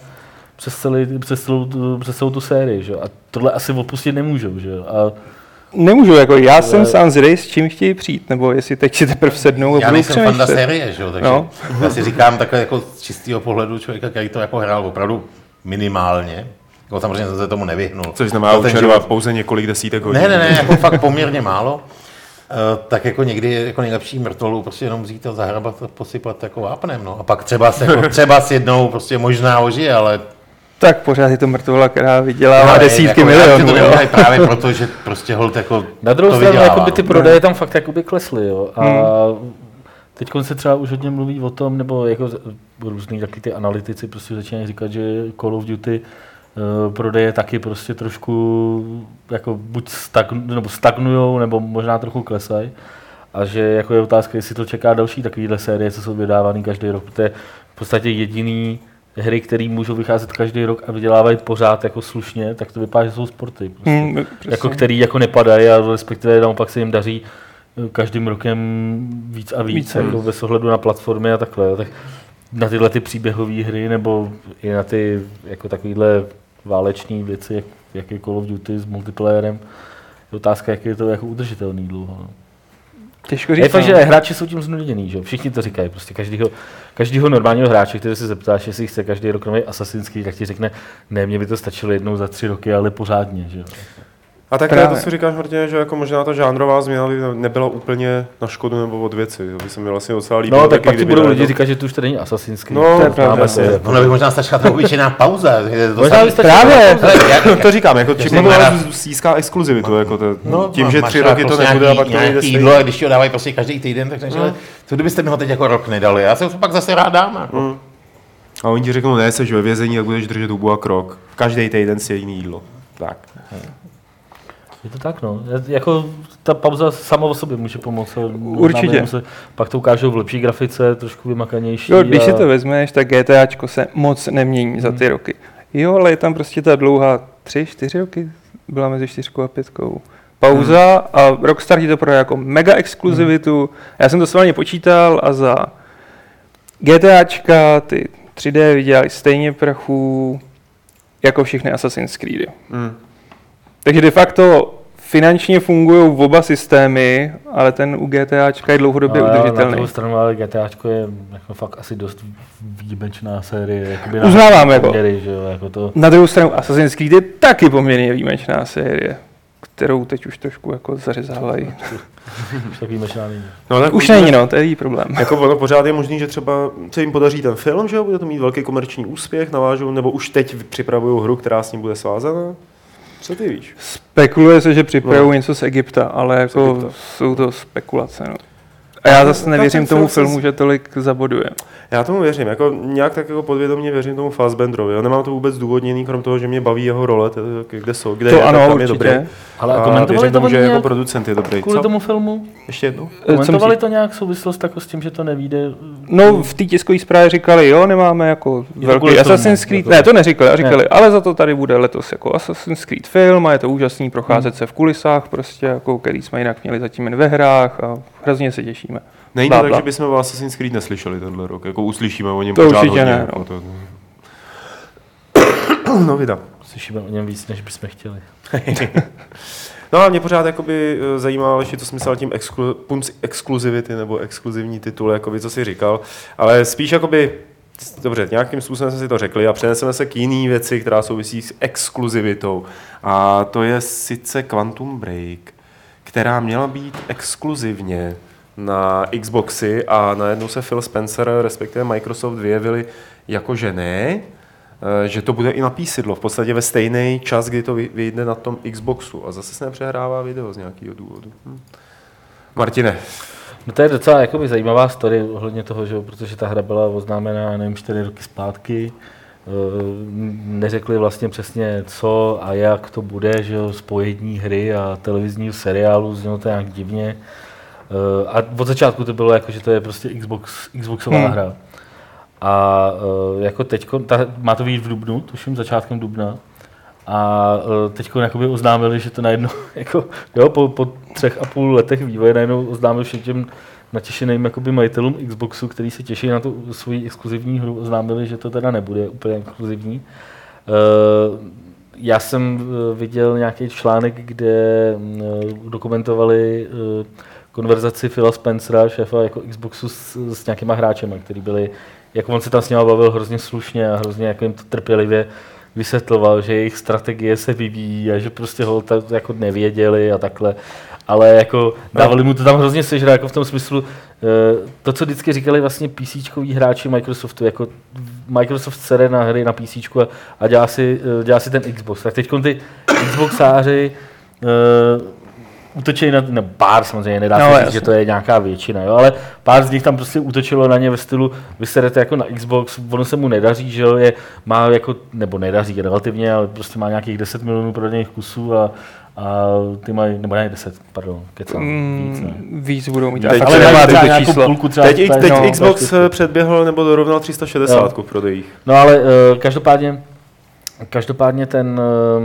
přes celou tu sérii, že jo, a tohle asi opustit nemůžou, že jo, a nemůžu, jako já jsem sám zvědavý, s čím chtějí přijít, nebo jestli teď si teprve sednou a já nejsem fan série, že jo, takže já si říkám takhle jako z čistého pohledu člověka, který to jako hrál opravdu minimálně, jako samozřejmě jsem se tomu nevyhnul. Což znamená učerovat pouze několik desítek hodin. Ne, jako fakt poměrně málo. Tak jako někdy je jako nejlepší mrtvolu prostě jenom vzít a zahrabat a posypat jako vápnem, no. A pak třeba s jednou prostě možná ožije, ale tak pořád je to mrtvola, která vydělává desítky jako milionů. Jo. Právě proto, že prostě holt jako na druhou stranu jakoby ty prodeje tam fakt jakoby klesly, jo. A teď se třeba už hodně mluví o tom, nebo jako různý taky ty analytici prostě začínají říkat, že Call of Duty prodeje taky prostě trošku jako buď stagnujou, nebo možná trochu klesají. A že jako je otázka, jestli to čeká další takovýhle série, co jsou vydávány každý rok. To je v podstatě jediný hry, které můžou vycházet každý rok a vydělávají pořád jako slušně, tak to vypadá, že jsou sporty. Prostě. Jako který jako nepadají a respektive naopak se jim daří každým rokem víc a víc jako bez ohledu na platformy a takhle. Tak na tyhle ty příběhové hry nebo i na ty jako takovýhle váleční věci, jak je Call of Duty s multiplayerem, je otázka, jak je to jako udržitelný dlouho. No. Těžko říct. Je fakt, že hráči jsou tím znuděný, že všichni to říkají, prostě každýho normálního hráče, který se zeptáš, jestli chce každý rok nový Assassin's Creed, tak ti řekne, ne, mně by to stačilo jednou za 3 roky, ale pořádně, že jo. A takhle to si říkáš, Martine, že jako možná ta žánrová změna by nebyla úplně na škodu nebo od věci, to by se mi vlastně docela líbilo. No, tak pak ti budou lidi říkat, že to už tady není Assassin's Creed. No, to je pravda. Ono by možná stačila ta obyčejná pauza. Právě, to říkám, jako čím získá exkluzivitu, jako tím, že 3 roky to nebude a pak to nejde jídlo, a když ti ho dávají prostě každý týden, tak řekne, co kdybyste mi ho teď jako rok nedali, já se ho pak zase rád dám. A oni ti řeknou, ne, jsi ve vězení, tak budeš držet hubu a krok. Každý týden si jiný jídlo. Tak. Je to tak, no. Jako ta pauza sama o sobě může pomoct. Určitě. Pak to ukážou v lepší grafice, trošku vymakanější. Jo, když si to vezmeš, tak GTAčko se moc nemění za ty roky. Jo, ale je tam prostě ta dlouhá 3-4 roky, byla mezi 4 a 5. Pauza a Rockstar ti to prodá jako mega exkluzivitu. Já jsem to svalně počítal a za GTAčka ty 3D vydělali stejně prachu jako všechny Assassin's Creedy. Takže de facto finančně fungují oba systémy, ale ten u GTAčka je dlouhodobě udržitelný. Na druhou stranu, ale GTAčko je jako fakt asi dost výjimečná série. Uznávám, jako. Poměry, že jo, jako to. Na druhou stranu Assassin's Creed je taky poměrně výjimečná série. kterou teď už trošku jako zařezávají. Už tak výjimečná není. No, tak už není, no, to je její problém. Jako ono pořád je možný, že třeba se jim podaří ten film, že jo, bude to mít velký komerční úspěch, navážou, nebo už teď připravují hru, která s ním bude svázaná. Co ty víš? Spekuluje se, že připravují něco z Egypta, ale jako jsou to spekulace, no. A já zase nevěřím tomu filmu, že tolik zaboduje. Já tomu věřím, jako nějak tak jako podvědomě věřím tomu Fassbenderovi. Jo. Nemám to vůbec důvodněný, krom toho, že mě baví jeho role, kde jsou, kde to je, ano, tam je dobrý. Ale komentovali to že jako producent je dobrý. Kvůli tomu filmu? Ještě jednou? Komentovali to nějak souvislost jako s tím, že to nevyjde? No v té tiskové zprávě říkali, jo, nemáme jako velký Assassin's Creed. Ne, to neříkali, a říkali, ale za to tady bude letos jako Assassin's Creed film a je to úžasný procházet se v kulisách prostě, jako který jsme jinak měli zatím jen ve hrách a hrozně se těšíme. Není to tak, že bychom o Assassin's Creed neslyšeli tenhle rok, jako uslyšíme o něm to pořád určitě hodně. Ne, jako to... No vida. Slyšíme o něm víc, než bychom chtěli. No a mě pořád jakoby zajímá, Aleši, co jsi myslel tím exkluzivity nebo exkluzivní titul, jakoby, co jsi říkal, ale spíš jakoby, dobře, nějakým způsobem jsme si to řekli a přeneseme se k jiný věci, která souvisí s exkluzivitou a to je sice Quantum Break, která měla být exkluzivně na Xboxy a najednou se Phil Spencer, respektive Microsoft vyjevili jako že ne, že to bude i na písidlo, v podstatě ve stejný čas, kdy to vyjde na tom Xboxu a zase se nepřehrává video z nějakého důvodu. Martine. No to je docela jakoby zajímavá story ohledně toho, že, protože ta hra byla oznámená, nevím, 4 roky zpátky, neřekli vlastně přesně co a jak to bude, že jo, spojení hry a televizního seriálu, znělo to nějak divně. A od začátku to bylo jako, že to je prostě Xboxová hra. A jako teďko, má to být v dubnu, tuším začátkem dubna. A teďko jakoby oznámili, že to najednou, jako, jo, po 3,5 letech vývoje najednou oznámili všem těm natěšeným jakoby majitelům Xboxu, který se těší na tu svoji exkluzivní hru, oznámili, že to teda nebude úplně exkluzivní. Já jsem viděl nějaký článek, kde dokumentovali konverzaci Phila Spencera, šéfa jako Xboxu s nějakýma hráčema, který byli, jako on se tam s nima bavil hrozně slušně a hrozně jako jim to trpělivě vysvětloval, že jejich strategie se vyvíjí a že prostě ho jako nevěděli a takhle. Ale jako dávali mu to tam hrozně sežrat, jako v tom smyslu, to, co vždycky říkali vlastně PCčkoví hráči Microsoftu, jako Microsoft sere na hry na PCčku a dělá si ten Xbox. Tak teď ty Xboxáři útočili na pár, samozřejmě nedá se říct, že to je nějaká většina, jo, ale pár z nich tam prostě útočilo na ně ve stylu, vy serete jako na Xbox, ono se mu nedaří, že jo, má jako, nebo nedaří relativně, ale prostě má nějakých 10 milionů prodaných kusů a ty mají, nebo ne 10, pardon, kecám, víc, ne. Víc budou mít, ale nemá třeba nějakou půlku třeba. Teď Xbox předběhl nebo dorovnal 360 v prodejích. No ale každopádně ten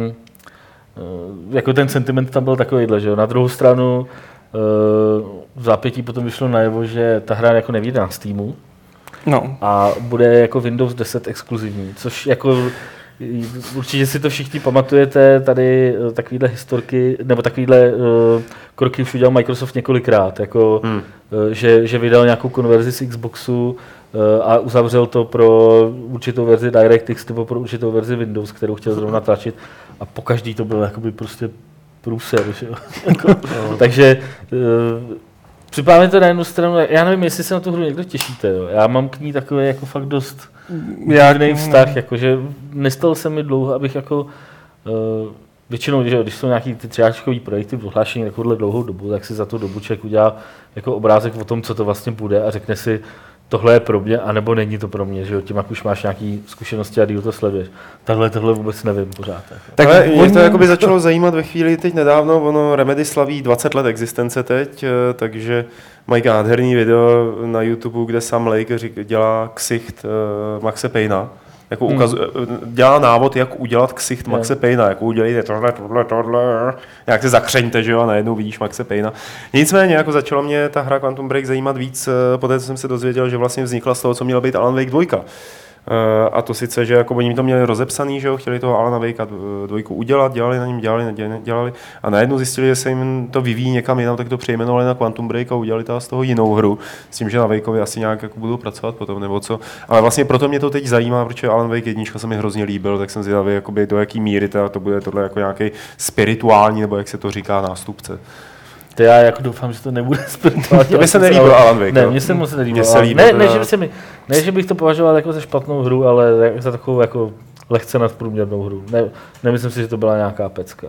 jako ten sentiment tam byl takovýhle, že jo. Na druhou stranu v zápětí potom vyšlo najevo, že ta hra jako nevyjde na Steamu a bude jako Windows 10 exkluzivní, což jako určitě si to všichni pamatujete, tady takovýhle historky, nebo takovýhle kroky už udělal Microsoft několikrát, jako, že vydal nějakou konverzi z Xboxu a uzavřel to pro určitou verzi DirectX nebo pro určitou verzi Windows, kterou chtěl zrovna tlačit a pokaždý to bylo jakoby prostě průser, že jo. Takže připadá to na jednu stranu, já nevím, jestli se na tu hru někdo těšíte, jo. Já mám k ní takový jako fakt dost divný vztah, jakože nestalo se mi dlouho, abych jako většinou, že když jsou nějaký ty třiáčkový projekty ohlášení takovouhle dlouhou dobu, tak si za tu dobu člověk udělá jako obrázek o tom, co to vlastně bude a řekne si, tohle je pro mě, anebo není to pro mě, že jo, tím, jak už máš nějaké zkušenosti a díl to sleduješ. Tohle vůbec nevím pořád. Tak ale mě to jakoby začalo zajímat ve chvíli teď nedávno, ono Remedy slaví 20 let existence teď, takže mají nádherný video na YouTube, kde Sam Lake dělá ksicht Maxe Payna. Jako dělá návod, jak udělat ksicht Maxe Payna, jako udělejte tohle, jak se zakřeňte, že jo, a najednou vidíš Maxe Payna. Nicméně, jako začalo mě ta hra Quantum Break zajímat víc, poté co jsem se dozvěděl, že vlastně vznikla z toho, co měla být Alan Wake 2. A to sice, že jako oni to měli rozepsaný, že jo, chtěli toho Alana Wakea 2 udělat, dělali na něm, dělali a najednou zjistili, že se jim to vyvíjí někam jinam, tak to přejmenovali na Quantum Break a udělali z toho jinou hru, s tím, že na Wakeovi asi nějak jako budou pracovat potom nebo co. Ale vlastně proto mě to teď zajímá, protože Alan Wake 1 se mi hrozně líbil, tak jsem zvědavý, jakoby, do jaký míry to bude tohle jako nějaký spirituální, nebo jak se to říká, nástupce. To já jako doufám, že to nebude spirituální. To by se nelíbil Alan Wake. Ne, mně se moc nelíbil. Ne, že bych to považoval jako za špatnou hru, ale za takovou jako lehce nadprůměrnou hru. Nemyslím si, že to byla nějaká pecka.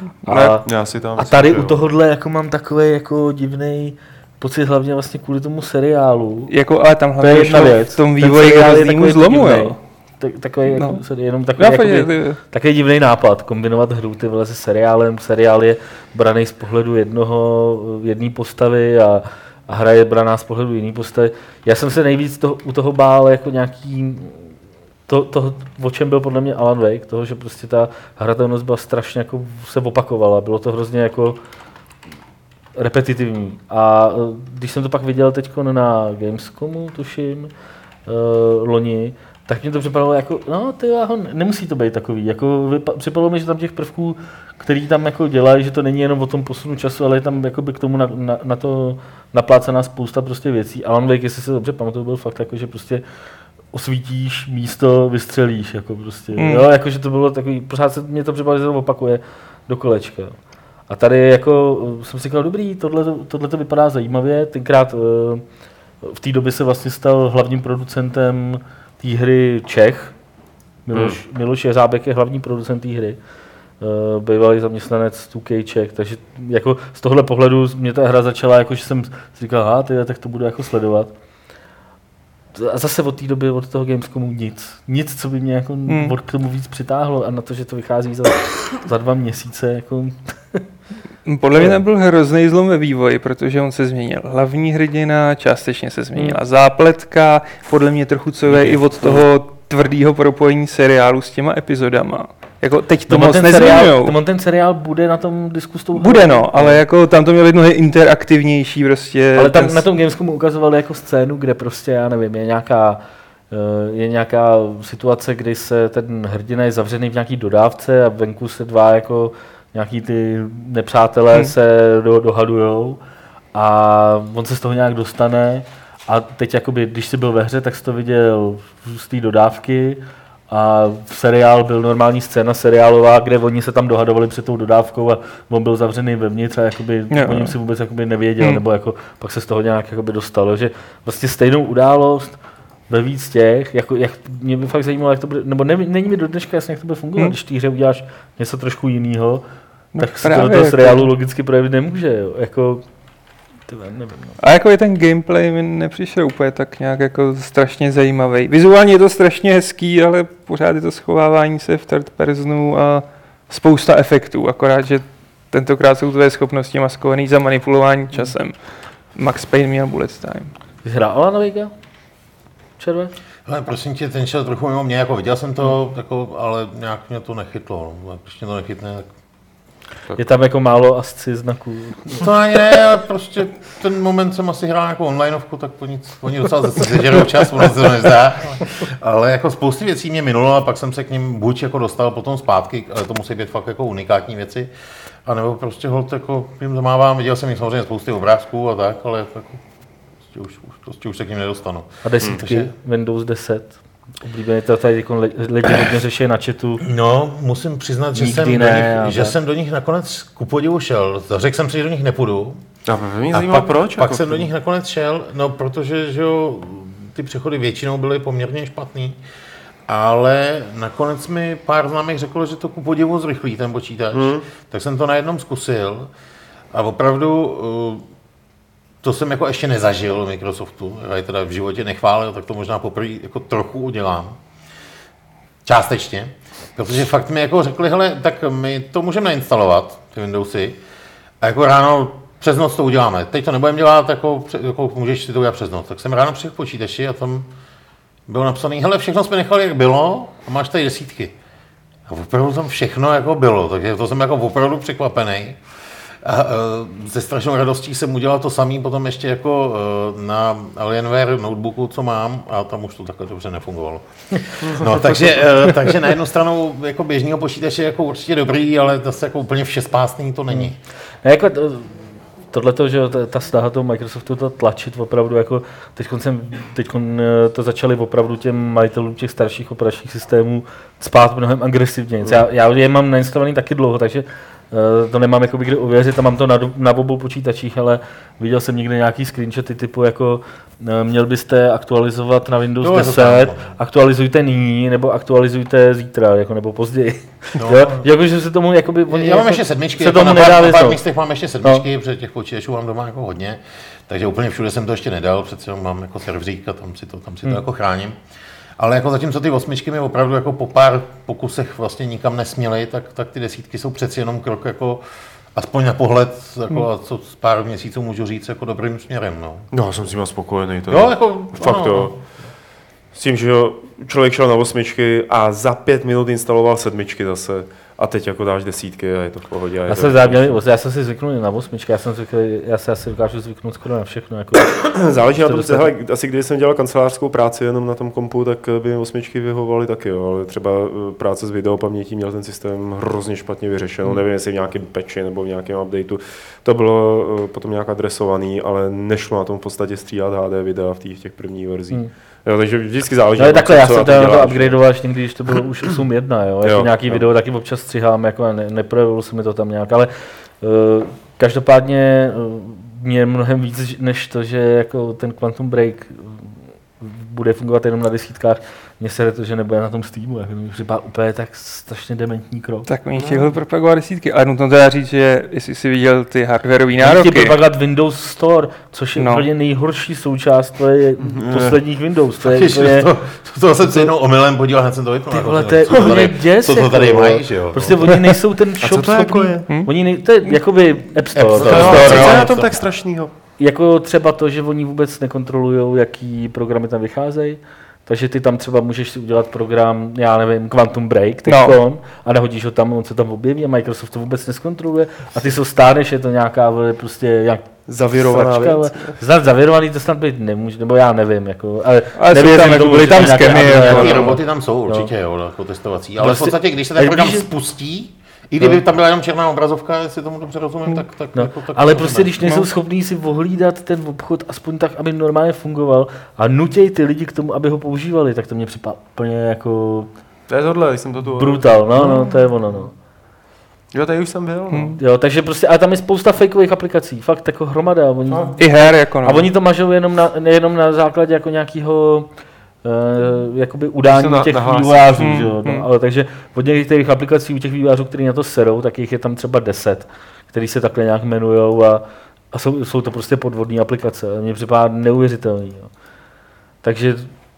A tady u tohohle jako mám takový jako divnej pocit, hlavně vlastně kvůli tomu seriálu. Jako, ale tam hlavně v tom vývoji k hroznýmu zlomu, jo. Takový, jako, jenom takový divný nápad, kombinovat hru ty vole se seriálem. Seriál je braný z pohledu jedné postavy a hra je braná z pohledu jiné postavy. Já jsem se nejvíc u toho bál jako nějaký toho, o čem byl podle mě Alan Wake, toho, že prostě ta hratelnost byla strašně jako se opakovala, bylo to hrozně jako repetitivní. A když jsem to pak viděl teď na Gamescomu, tuším, loni, tak mě to připadalo jako, nemusí to být takový, jako připadalo mi, že tam těch prvků, který tam jako dělají, že to není jenom o tom posunu času, ale je tam jakoby k tomu na to naplácená spousta prostě věcí. Alan Wake, jestli se dobře pamatuju, byl fakt jako, že prostě osvítíš místo, vystřelíš, jako prostě, jo, jako, že to bylo takový, pořád se mě to připadalo, že to opakuje do kolečka. A tady jako jsem si říkal, dobrý, tohle to vypadá zajímavě, tenkrát v té době se vlastně stal hlavním producentem té hry Čech. Miloš Jeřábek je hlavní producent té hry. Bývalý zaměstnanec 2K Czech, takže jako z tohle pohledu mě ta hra začala, jako že jsem si říkal, tak to budu jako sledovat. A zase od té doby, od toho Gamescomu nic, co by mě jako k tomu víc přitáhlo a na to, že to vychází za 2 měsíce, jako... Podle mě nebyl hrozný zlom ve vývoji, protože on se změnil hlavní hrdina, částečně se změnila zápletka, podle mě trochu co je i od toho tvrdého propojení seriálu s těma epizodama. Jako teď to moc nezměňujou. Ten seriál bude na tom disku s tou hrou. Bude ale jako tam to mělo být mnohem interaktivnější prostě. Ale tam na tom Gamescomu ukazovali jako scénu, kde prostě, já nevím, je nějaká situace, kdy se ten hrdina je zavřený v nějaký dodávce a venku se dva jako nějaký ty nepřátelé se dohadujou a on se z toho nějak dostane a teď jakoby, když jsi byl ve hře, tak jsi to viděl z té dodávky a v seriál byl normální scéna seriálová, kde oni se tam dohadovali před tou dodávkou a on byl zavřený vevnitř a jakoby, o něm si vůbec jakoby nevěděl, nebo jako, pak se z toho nějak jakoby dostalo, že vlastně stejnou událost ve víc těch, jako, mě by fakt zajímalo, jak to bude, nebo není mi do dneška jasně, jak to bude fungovat, když v té hře uděláš něco trošku jiného, tak se to do toho seriálu logicky projevit nemůže, jo, jako, nevím. No. A jako je ten gameplay mi nepřišel úplně tak nějak jako strašně zajímavý. Vizuálně je to strašně hezký, ale pořád je to schovávání se v third personu a spousta efektů, akorát, že tentokrát jsou tvoje schopnosti maskovaný za manipulování časem. Max Payne měl bullet time. Jsi hrál Alana Wakea? Červe? Ale prosím tě, ten šel trochu mimo mě, jako viděl jsem to, jako, ale nějak mě to nechytlo, když mě to nechytne, tak... Je tam jako málo asci znaků. To ani ne, ale prostě ten moment jsem asi hrál nějakou onlineovku, tak oni docela zežerou čas, ono se to nezdá. Ale jako spousty věcí mě minulo a pak jsem se k ním buď jako dostal potom zpátky, ale to musí být fakt jako unikátní věci, anebo prostě holt jako jim zamávám, viděl jsem jich samozřejmě spousty obrázků a tak, ale jako, prostě už se k ním nedostanu. A desítky, Windows 10. Oblíbený to tady lidi hodně řeší na chatu. No, musím přiznat, že jsem do nich nakonec ku podivu šel. Řekl jsem si, že do nich nepůjdu. A proč? Pak jsem do nich nakonec šel, no protože že jo, ty přechody většinou byly poměrně špatný, ale nakonec mi pár známých řeklo, že to ku podivu zrychlí ten počítač, tak jsem to na jednom zkusil a opravdu to jsem jako ještě nezažil v Microsoftu, já je teda v životě nechválil, tak to možná poprvé jako trochu udělám. Částečně. Protože fakt mi jako řekli, hele, tak my to můžeme nainstalovat, ty Windowsy, a jako ráno přes noc to uděláme. Teď to nebudeme dělat, jako můžeš si to udělat přes noc. Tak jsem ráno přišel k počítači a tam bylo napsané, hele, všechno jsme nechali, jak bylo, a máš tady desítky. A opravdu tam všechno jako bylo, takže to jsem jako opravdu překvapený. A ze strašnou radostí jsem udělal to samý potom ještě jako na Alienware notebooku, co mám, a tam už to takhle dobře nefungovalo. No, takže na jednu stranu jako běžného počítače jako určitě dobrý, ale zase jako úplně všespásný to není. Jako tohleto, že ta snaha toho Microsoftu to tlačit opravdu, jako teď to začali opravdu těm majitelům těch starších operačních systémů spát mnohem agresivněji. Já je mám nainstalovaný taky dlouho, takže to nemám jakoby kde ověřit a mám to na obou počítačích, ale viděl jsem někde nějaký screenshoty typu jako měl byste aktualizovat na Windows 10, aktualizujte nyní nebo aktualizujte zítra, jako, nebo později. No. Jakože se tomu jakoby... Já mám ještě sedmičky, se jako tomu na pár místech mám ještě sedmičky, protože těch počítačů mám doma jako hodně, takže úplně všude jsem to ještě nedal, přece mám jako serverík a tam si to jako chráním. Ale jako zatímco ty 8 mi opravdu jako po pár pokusech vlastně nikam nesměly, tak ty 10 jsou přeci jenom krok jako aspoň na pohled, jako, a co z pár měsíců můžu říct, jako dobrým směrem. No, já jsem s tím spokojený. Jo, jako, fakt jo. S tím, že člověk šel na 8 a za 5 minut instaloval 7 zase. A teď jako dáš 10 a je to v pohodě. Já jsem si zvyknul na 8, já se asi dokážu zvyknout skoro na všechno. Jako, záleží na tom, asi když jsem dělal kancelářskou práci jenom na tom kompu, tak by 8 vyhovovaly taky, jo, ale třeba práce s videopamětí měl ten systém hrozně špatně vyřešen. Nevím, jestli v nějakém patchi nebo v nějakém updateu to bylo potom nějak adresovaný, ale nešlo na tom v podstatě stříhat HD videa v těch prvních verzích. Jo, takže vždycky záleží. No, takhle, já jsem to upgradeoval až někdy, když to bylo už 8.1, jo. Jako nějaký video taky občas střihám, jako neprojevilo se mi to tam nějak, ale každopádně mě mnohem víc než to, že jako ten Quantum Break bude fungovat jenom na desítkách, mně se to, že nebude na tom Steamu, jako mi připadá úplně tak strašně dementní krok. Tak oni chtěli propagovat desítky, ale nutno teda říct, že jestli jsi viděl ty hardwareové nároky. Chtěli propagovat Windows Store, což je úplně nejhorší součást posledních Windows. To je úplně... To jsem si jenom omylem podíval, hned jsem to vypnul. Ty vole, to je úplně děs. Co to tady mají, že jo? Prostě oni nejsou ten shop schopný. To je jakoby App Store. Co je na tom tak strašnýho? Jako třeba to, že oni vůbec nekontrolují, jaký programy tam vycházejí. Takže ty tam třeba můžeš si udělat program, já nevím, Quantum Break, a nehodíš ho tam, on se tam objeví a Microsoft to vůbec neskontroluje. A ty jsou stárneš, je to nějaká prostě jak zavirovaná věc. Zavirovaný to snad být nemůže, nebo já nevím. Jako, ale nevím, tam, jako byly tam skemy. Nějaké roboty tam jsou určitě, jo, jako testovací. Ale v podstatě, když se ten program spustí, i kdyby tam byla jenom černá obrazovka, jestli tomu dobře rozumím, tak ale prostě když nejsou schopní si ohlídat ten obchod aspoň tak, aby normálně fungoval a nutějí ty lidi k tomu, aby ho používali, tak to mě připadá úplně jako... To je tohle, jsem to tu... Brutal, to je ono, no. Jo, tady už jsem byl, no. Jo, takže prostě, ale tam je spousta fakeových aplikací, fakt jako hromada. I her, jako no. A oni to mažou jenom na základě jako nějakého jakoby udání těch vývojářů, ale takže od některých aplikací u těch vývojářů, kteří na to serou, tak jich je tam třeba 10, který se takhle nějak jmenujou a jsou to prostě podvodní aplikace. Mně připadá neuvěřitelný. Jo. Takže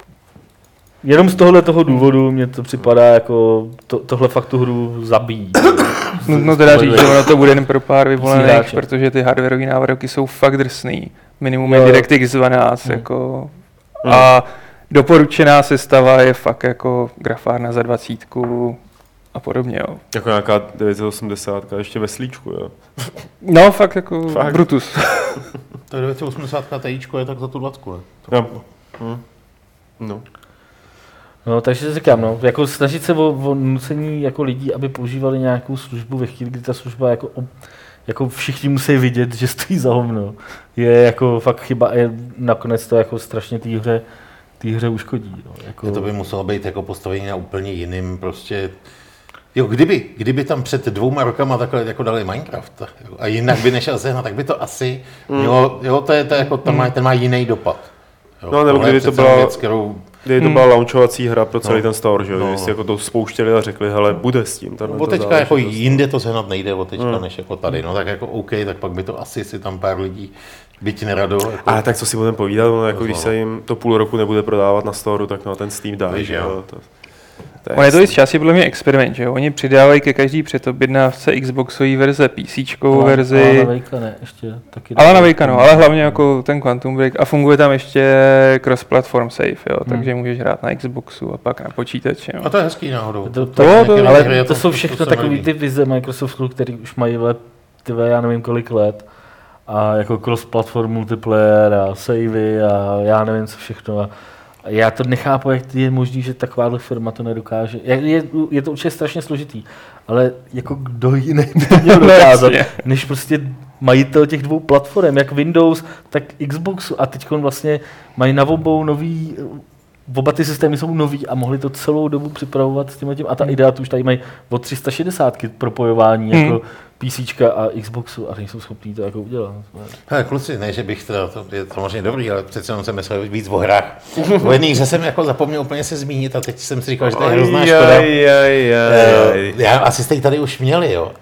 jenom z toho důvodu mě to připadá jako tohle fakt tu hru zabíjí. No teda říct, že ono to bude jen pro pár vyvolených, protože ty hardwareové návrhy jsou fakt drsný. Minimum je DirectX 12 jako a doporučená sestava je fakt jako grafárna za 20 a podobně, jo. Jako nějaká 980, ještě ve slíčku, jo. No, fakt jako Brutus. To 980 Tičko je tak za tu 20, jo. No, takže si říkám, no, jako snažit se o nucení jako lidí, aby používali nějakou službu ve chvíli, kdy ta služba jako všichni musí vidět, že stojí za hovno. Je jako fakt chyba a nakonec to jako strašně té hře uškodí. No, jako... To by muselo být jako postavení na úplně jiným prostě... Jo, kdyby tam před 2 rokama takhle jako dali Minecraft a jinak by nešel sehnat, tak by to asi mělo, jo, to je jako, ten má jiný dopad. Jo, no, nebo kdyby to byla věc, kterou... Kdyby to byla launchovací hra pro celý ten store, že jo, když jako to spouštěli a řekli, hele, bude s tím. Od teďka jako jinde to sehnat nejde od teďka, než jako tady, no tak jako OK, tak pak by to asi si tam pár lidí byť nerado. Jako... Ale tak co si budeme povídat, no, jako když se jim to půl roku nebude prodávat na store, tak no, ten Steam dá, že jo. On je to i z části podle mě experiment, že jo? Oni přidávají ke každý předobjednávce Xboxové verze, PCčkovou verzi. Ale na Vejka ne, ještě taky. Ale na Vejka, no, ale hlavně jako ten Quantum Break a funguje tam ještě cross-platform save, jo? Takže můžeš hrát na Xboxu a pak na počítači. A to je hezký náhodou. Ale to jsou všechno takové ty vize Microsoftu, který už mají já nevím kolik let a jako cross-platform multiplayer a savey a já nevím co všechno. A já to nechápu, jak je možný, že takováhle firma to nedokáže. Je to určitě strašně složitý, ale jako kdo jiný by to měl dokázat, než prostě majitel těch dvou platform, jak Windows, tak Xboxu a teď vlastně mají na obou nový, oba ty systémy jsou nový a mohli to celou dobu připravovat s tím a ta idea tu už tady mají od 360 propojování jako PCčka a Xboxu a nejsou schopní to jako udělat. Hele, kluci, ne, že bych to je samozřejmě dobrý, ale přece jenom jsem myslel víc o hrách. O jedné hře jsem jako zapomněl úplně se zmínit a teď jsem si říkal, že to je hrozná škoda. Já asi jste ji tady už měli, jo,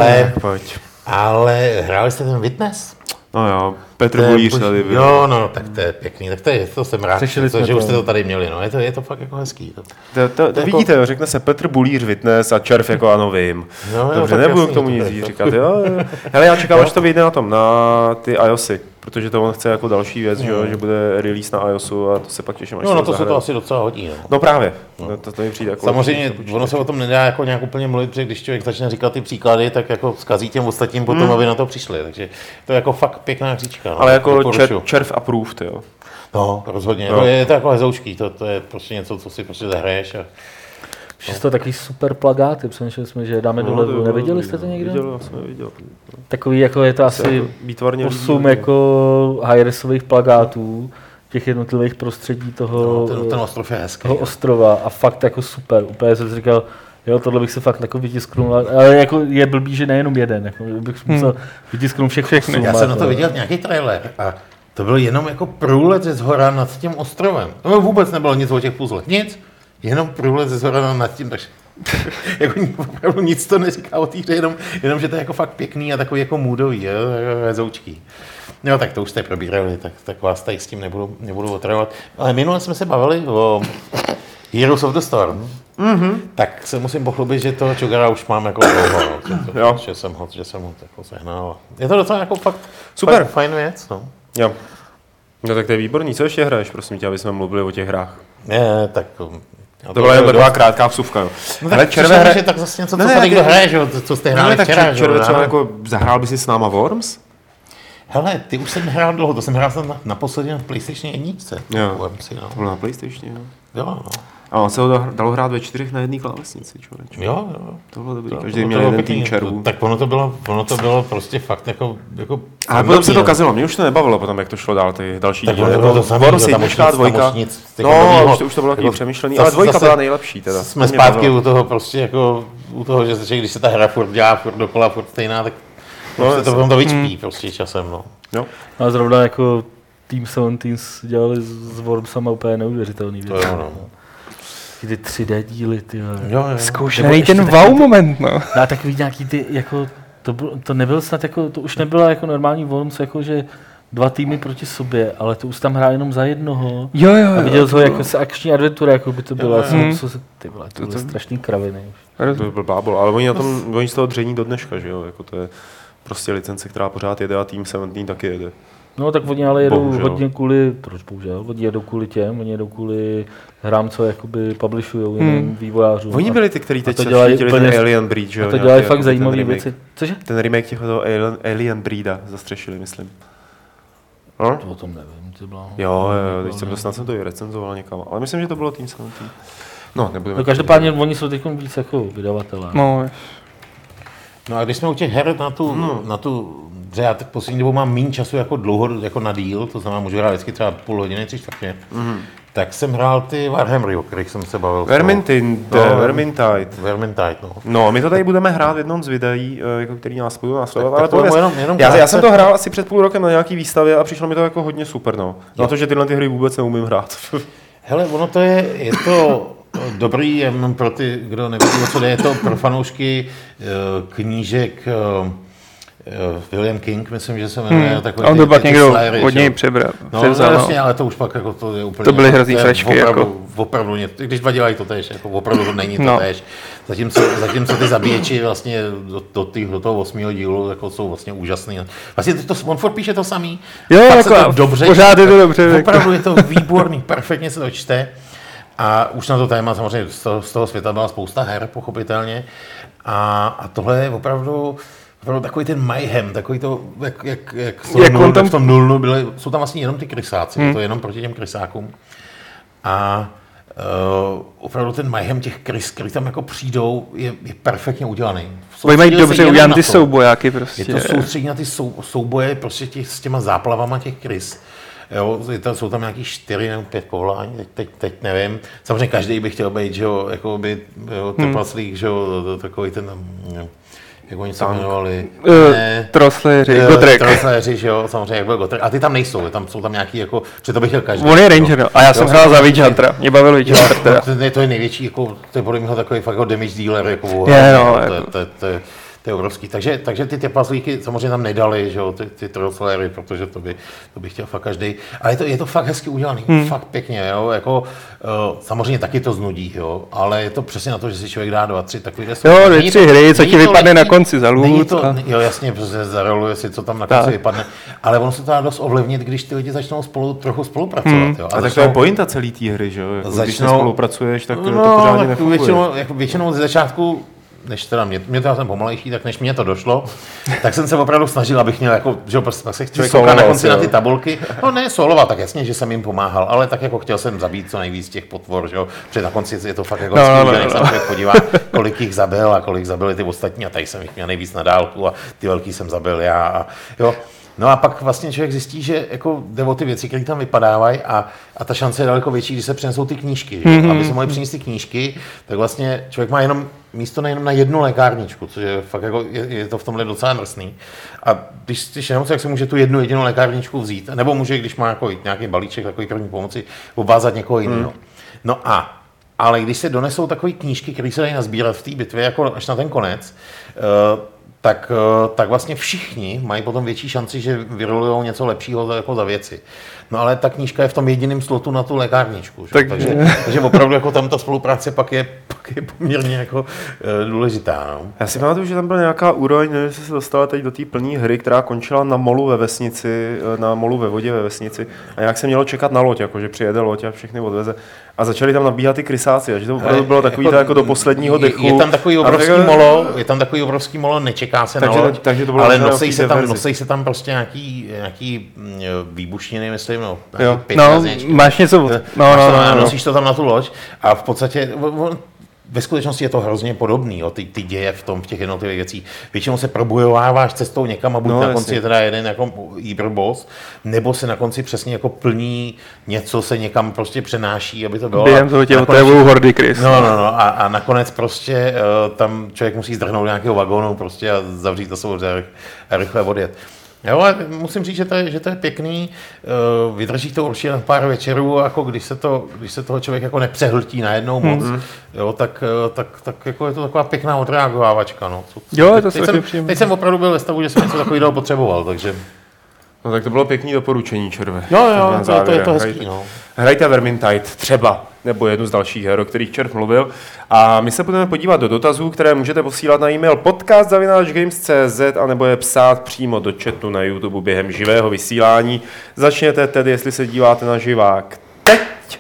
ale hráli jste ten Witness? No jo, Petr Bulíř tady byl. Jo, no, tak to je pěkný, tak to jsem rád, že už jste to tady měli, no, je to fakt jako hezký. To vidíte, jo, řekne se Petr Bulíř Witness a červ jako ano vím. No, dobře, nebudu k tomu nic říkat, jo. Hele, já čekám, až to vyjde na tom, na ty iOSy, protože to on chce jako další věc, že bude release na iOSu a to se pak těším, až no, na to se to asi docela hodí, no. No právě, to mi přijde jako... Samozřejmě, ono se o tom nedá jako nějak úplně mluvit, protože když člověk začne říkat ty příklady, tak jako zkazí těm ostatním potom, aby na to přišli, takže to je jako fakt pěkná hříčka. No. Ale jako červ approved, jo. No, rozhodně, no. Je to jako hezoučký, to je prostě něco, co si prostě zahraješ a... Že to takový super plagáty, přemýšleli jsme, že dáme dole, neviděli jste to někdo? Viděl, já jsem neviděl. Takový, jako je to asi 8 jako high-resových plagátů, těch jednotlivých prostředí toho, ten ostrov je hezký, toho ostrova a fakt jako super, úplně jsem si říkal, jo, tohle bych se fakt jako vytisknul, ale jako je blbý, že nejenom jeden, jako bych musel vytisknout všechny. Já jsem na to viděl nějaký trailer a to byl jenom jako průlet ze zhora nad tím ostrovem. To vůbec nebylo nic o těch puzzlech, nic. Jenom průlet ze zhora nad tím, takže jako opravdu nic to neříká o té hře, jenom že to je jako fakt pěkný a takový jako moodový, hezoučký. No tak to už jste probírali, tak vás tady s tím nebudu otravovat. Ale minule jsme se bavili o Heroes of the Storm, tak se musím pochlubit, že toho Chogara už mám jako dlouho, že jsem ho jako sehnal. Je to docela jako fakt super fajn věc, no. Jo. No tak to je výborný. Co ještě hraješ, prosím tě, aby jsme mluvili o těch hrách? Ne, tak... To byla jen taková krátká vsuvka, jo. No tak červe hraje... tak zase něco, co tady kdo hraje, že jo, co jste hráli včera, tak červe třeba jako zahrál by si s náma Worms? Hele, ty už jsem hrál dlouho, to jsem hrál naposledy na PlayStation 1. Jo, Wormsy, no. To bylo na PlayStation, jo. Jo, no. A on se ho dalo hrát ve 4 na jedné klávesnici, člověče. Jo. To bylo dobrý, každý měl jeden tým červů. Tak ono to bylo prostě fakt jako ale potom se to kazilo, mě už to nebavilo potom, jak to šlo dál, ty další díly. Worms 1, 2. No, už to bylo takový přemýšlený, ale 2 byla nejlepší teda. Jsme zpátky u toho prostě jako, u toho, že když se ta hra furt dělá, furt dokola, furt stejná, tak se to potom to vyčpí prostě časem, no. Jo. A zrovna jako Team 17 dělali s Wormsama úplně neuvěřitelný věc. To jo, no. Ty 3D díly, ty. Jo. Zkoušený ten wow moment, no. A takový nějaký ty, jako, to nebyl snad jako, to už nebyla jako normální Worms, jako že 2 týmy proti sobě, ale to už tam hrál jenom za jednoho. Jo. A viděl to jako se akční adventura, jako by to byla. Ty vole, to byly strašný kraviny. To byl blábol, ale oni z toho dření do dneška, že jo, jako to je prostě licence, která pořád jede a Team 17 taky jede. No tak oni ale jedou hodně kvůli, proč bohužel, oni jedou kvůli těm, oni jedou kvůli hrám, co jakoby publishujou jiným vývojářům. Oni byli ty, kteří teď se chytili ten Alien Breed, že jo? A to dělají fakt zajímavé věci. Cože? Ten remake těchto Alien Breeda zastřešili, myslím. No? To o tom nevím, to bylo. Jo, teď snad jsem to i recenzoval někam, ale myslím, že to bylo Team 17. No, nebudeme. No každopádně oni jsou teď víc jako vydavatelé. No a když jsme u těch her na tu že já tak poslední dobou mám méně času jako dlouho jako na díl, to znamená, můžu hrát vždycky třeba půl hodiny, 3/4. Tak jsem hrál ty Warhammery, o kterých jsem se bavil. Vermintide, no. No, my to tady budeme hrát v jednom z videí, jako který nás budou následovat, ale to já jsem to hrál asi před půl rokem na nějaký výstavě a přišlo mi to jako hodně super, no. Na to, že tyhle ty hry vůbec neumím hrát. Hele, ono to je to dobrý, jenom pro ty, kdo neví, o co jde, je to pro fanoušky knížek William King, myslím, že se jmenuje takový. On to pak někdo od něj převzal. No, jasně, ale to už pak jako to je úplně... To byly hrozný fračky. Opravdu, když dva dělají to též, jako opravdu to není to též. Zatímco ty zabíječi vlastně do toho 8. dílu jako jsou vlastně úžasný. Vlastně on furt píše to samý. Jo, jako to dobře, pořád je to dobře. Opravdu je to výborný, perfektně se to čte. A už na to téma samozřejmě z toho světa byla spousta her, pochopitelně. A tohle je opravdu takový ten mayhem, takový to, jak v tom 0 byly, jsou tam vlastně jenom ty krysáci, to je jenom proti těm krysákům. A opravdu ten mayhem těch krys, který tam jako přijdou, je perfektně udělaný. Oni mají dobře udělaný ty soubojáky prostě. Je to soustředí na ty souboje prostě s těma záplavama těch krys. Jo, jsou tam nějaký 4 nebo 5 povolání, teď nevím. Samozřejmě každý by chtěl být, že jo, jako by trpaslík, že jo, takový ten, jak oni se jmenovali? Trosléři, Gotrek. Trosléři, že jo, samozřejmě, jak byl Gotrek. A ty tam nejsou, jsou tam nějaký, jako, protože to bych chtěl každý. On je Ranger, no. A já jsem hrál za Witch Huntera, mě bavil Witch Hunter. To je největší, jako, to je podle mě takový fakt damage dealer, jako to je obrovský. Takže ty trpaslíky samozřejmě tam nedali, že jo, ty trosléry, protože to by chtěl fakt každý. Ale je to fakt hezky udělaný, fakt pěkně, jo, jako samozřejmě taky to znudí, jo, ale je to přesně na to, že si člověk dá 2-3 takový. Jo, 2-3 hry, co ti vypadne na konci za loot. Jo, jasně, protože zaroluje si, co tam na konci vypadne, ale ono se to dá dost ovlivnit, když ty lidi začnou trochu spolupracovat, jo. A tak to je pointa celý té hry, že jo, jako když spolupracuješ, tak to pořádně nefunguje. Většinou ze začátku, než teda mě to já jsem pomalejší, tak než mě to došlo, tak jsem se opravdu snažil, abych měl jako, že pak se člověk kouká na konci na ty tabulky, no ne solovat, tak jasně, že jsem jim pomáhal, ale tak jako chtěl jsem zabít co nejvíc těch potvor, že jo, protože na konci je to fakt jako že se člověk podívá, kolik jich zabil a kolik zabili ty ostatní a tady jsem jich měl nejvíc na dálku a ty velký jsem zabil já a jo. No a pak vlastně člověk zjistí, že jako jde o ty věci, které tam vypadávají a ta šance je daleko větší, když se přinesou ty knížky. Aby se mohli přinést ty knížky, tak vlastně člověk má jenom místo nejenom na jednu lékárničku, což je fakt jako, je to v tomhle docela drsný. A když nemoc, jak se může tu jednu jedinou lékárničku vzít, nebo může, když má jako nějaký balíček, takový první pomoci, obvázat někoho jiného. No ale když se donesou takové knížky, které se dají nazbírat v té bitvě, jako až na ten konec, tak vlastně všichni mají potom větší šanci, že vyrolujou něco lepšího jako za věci. No ale ta knížka je v tom jediném slotu na tu lékárničku. Takže opravdu jako tam ta spolupráce pak je poměrně jako důležitá. No. Já si pamatuju, že tam byla nějaká úroveň, nevím, jestli se dostala teď do té plné hry, která končila na molu ve vesnici, na molu ve vodě ve vesnici a nějak se mělo čekat na loď, jako že přijede loď a všechny odveze. A začali tam nabíhat ty krysáci, a že to opravdu bylo takový jako do posledního dechu. Je tam takový obrovský molo, nečeká se na loď, takže to bylo ale nosej se tam prostě nějaký výbušniny, myslím, máš něco, nosíš to tam na tu loď a v podstatě ve skutečnosti je to hrozně podobný, jo, ty děje v těch jednotlivých věcích. Většinou se probojováváš cestou někam a buď na konci je teda jeden jako boss, nebo se na konci přesně jako plní něco se někam prostě přenáší, aby to bylo. Během toho tě otevují hordy krys. No a nakonec prostě tam člověk musí zdrhnout nějakého vagónu prostě a zavřít to svou a rychle odjet. Jo, ale musím říct, že to je pěkný, vydrží to určitě na pár večerů, jako když se toho člověk jako nepřehltí najednou moc, jo, tak jako je to taková pěkná odreagovávačka, no. Jo, je to strašně příjemné. Teď jsem opravdu byl ve stavu, že jsem něco takového potřeboval, takže... No tak to bylo pěkný doporučení, Červe. Jo, to je to hezký, no. Hrajte Vermintide třeba, nebo jednu z dalších her, o kterých Červ mluvil. A my se budeme podívat do dotazů, které můžete posílat na e-mail podcast@games.cz a nebo je psát přímo do chatu na YouTube během živého vysílání. Začněte tedy, jestli se díváte na živák teď.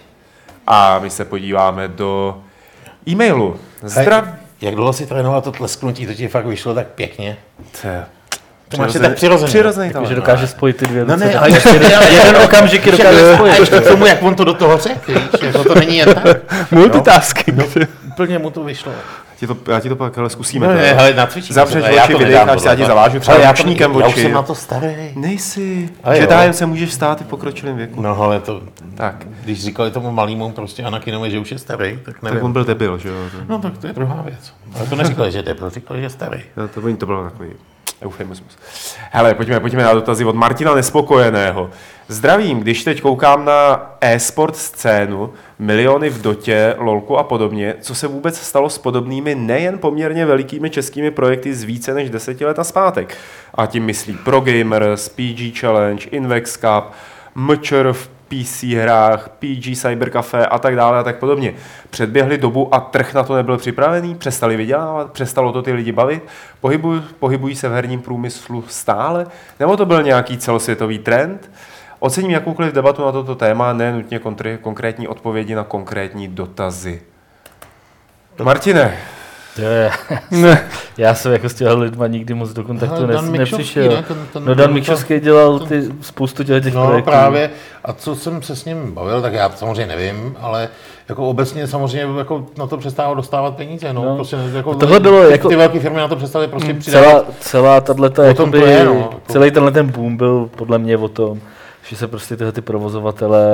A my se podíváme do e-mailu. Jak dlouho si trénoval to tlesknutí, to ti fakt vyšlo tak pěkně. To máš tak přirozený talent. Že dokáže spojit ty dvě věci. No ne, ale jeden okamžik dokáže spojit. A ještě k tomu, jak on to do toho řekl, víš, jako to není jen tak. Multitasking. No, úplně mu to vyšlo. Já ti to pak zkusíme. No, hele, natvičíme. Zavřeš oči, vydecháš se, já ti zavážu třeba ručníkem oči. Já už jsem na to starý. Nejsi. Žedájem se můžeš stát i v pokročilém věku. No ale to, tak. Když říkali tomu malýmu prostě Anakinovi, že už je starý, tak nevím. Tak on byl debil, že jo? No tak to je druhá věc. Ale to neříkali, že je debil, říkali, že je starý. No, to bylo takový eufemismus. Hele, pojďme na dotazy od Martina Nespokojeného. Zdravím, když teď koukám na e-sport scénu, miliony v Dotě, LOLku a podobně, co se vůbec stalo s podobnými nejen poměrně velikými českými projekty z více než 10 let nazpátek. A tím myslí Pro Gamers, PG Challenge, Invex Cup, MČR v PC hrách, PG Cybercafé a tak dále a tak podobně. Předběhli dobu a trh na to nebyl připravený, přestali vydělávat, přestalo to ty lidi bavit, pohybují se v herním průmyslu stále, nebo to byl nějaký celosvětový trend? Ocením jakoukoliv debatu na toto téma, ne nutně konkrétní odpovědi na konkrétní dotazy. Martine, Já jsem jako s těmi lidma nikdy moc do kontaktu nepřišel. Dan Mikšovský dělal spoustu těch projektů. Právě. A co jsem se s ním bavil, tak já samozřejmě nevím, ale jako obecně samozřejmě jako na to přestává dostávat peníze. No. Prostě jako tohle bylo jako ty velké firmy na to přestaly prostě přidávat. Celá tato celý tenhle ten boom byl podle mě o tom, že se prostě tyhle ty provozovatelé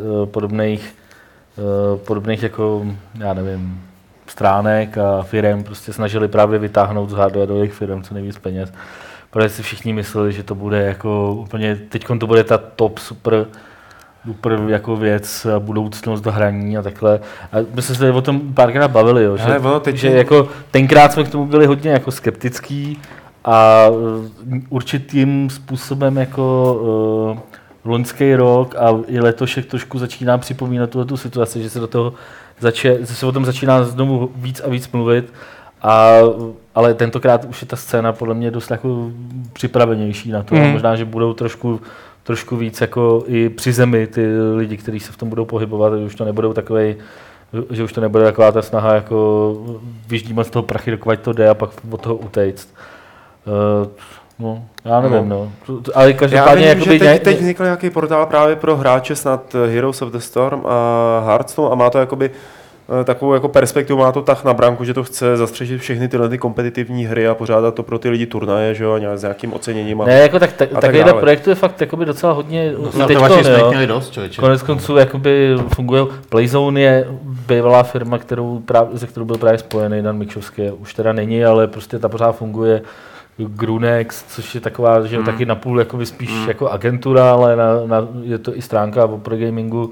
podobných jako, já nevím, stránek a firem prostě snažili právě vytáhnout z hardwareových firm co nejvíc peněz. Protože si všichni mysleli, že to bude jako úplně, teďkon to bude ta top super jako věc a budoucnost do hraní a takhle. A my jsme se o tom párkrát bavili, jo, že jako tenkrát jsme k tomu byli hodně jako skeptický a určitým způsobem jako loňský rok a i letošek trošku začíná připomínat tu situaci, že se do toho se o tom začíná znovu víc a víc mluvit, ale tentokrát už je ta scéna podle mě dost jako připravenější na to. Možná, že budou trošku víc jako i při zemi ty lidi, kteří se v tom budou pohybovat, že už to nebude taková ta snaha jako vyždímat z toho prachy, dokud to jde a pak od toho utejct. No, já nevím, no. Ale každopádně já vím, že teď vznikl nějaký portál právě pro hráče, snad Heroes of the Storm a Hearthstone a má to jakoby takovou jako perspektivu, má to tah na branku, že to chce zastřešit všechny tyhle ty kompetitivní hry a pořádat to pro ty lidi turnaje, že jo, s nějakým oceněním. Ne, jako takovýhle projektu je fakt jakoby docela hodně teďko, konec konců jakoby funguje. Playzone je bývalá firma, se kterou byl právě spojený Dan Mikšovský, už teda není, ale prostě ta pořád funguje. Grunex, což je taková, že taky napůl jako spíš jako agentura, ale je to i stránka o progamingu.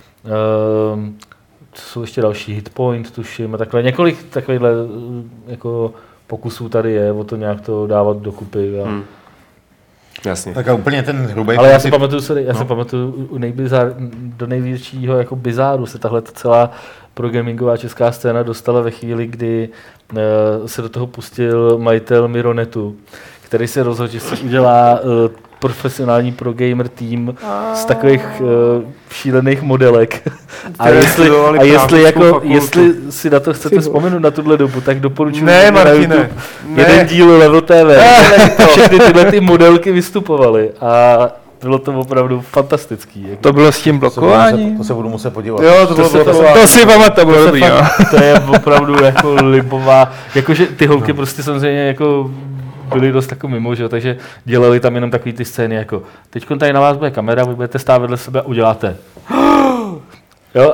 Co jsou ještě další, Hitpoint, tuším, a takhle. Několik takovýchhle jako pokusů tady je o to nějak to dávat dokupy. Jasně. Tak a úplně ten hrubý. Ale já si pamatuju do největšího jako bizáru se tahle celá progamingová česká scéna dostala ve chvíli, kdy se do toho pustil majitel Mironetu, který se rozhodl, že si udělá profesionální progamer tým z takových šílených modelek. A jestli si na to chcete vzpomenout na tuhle dobu, tak doporučuji na YouTube jeden díl Level TV. Všechny tyhle ty modelky vystupovaly a bylo to opravdu fantastický. Jako. To bylo s tím blokováním? To se budu muset podívat. Jo, to si pamatuju, bylo dobrý. To je opravdu jako libová, jakože ty holky prostě samozřejmě jako byli dost jako mimo, že? Takže dělali tam jenom takový ty scény jako teď tady na vás bude kamera, vy budete stát vedle sebe a uděláte. Jo,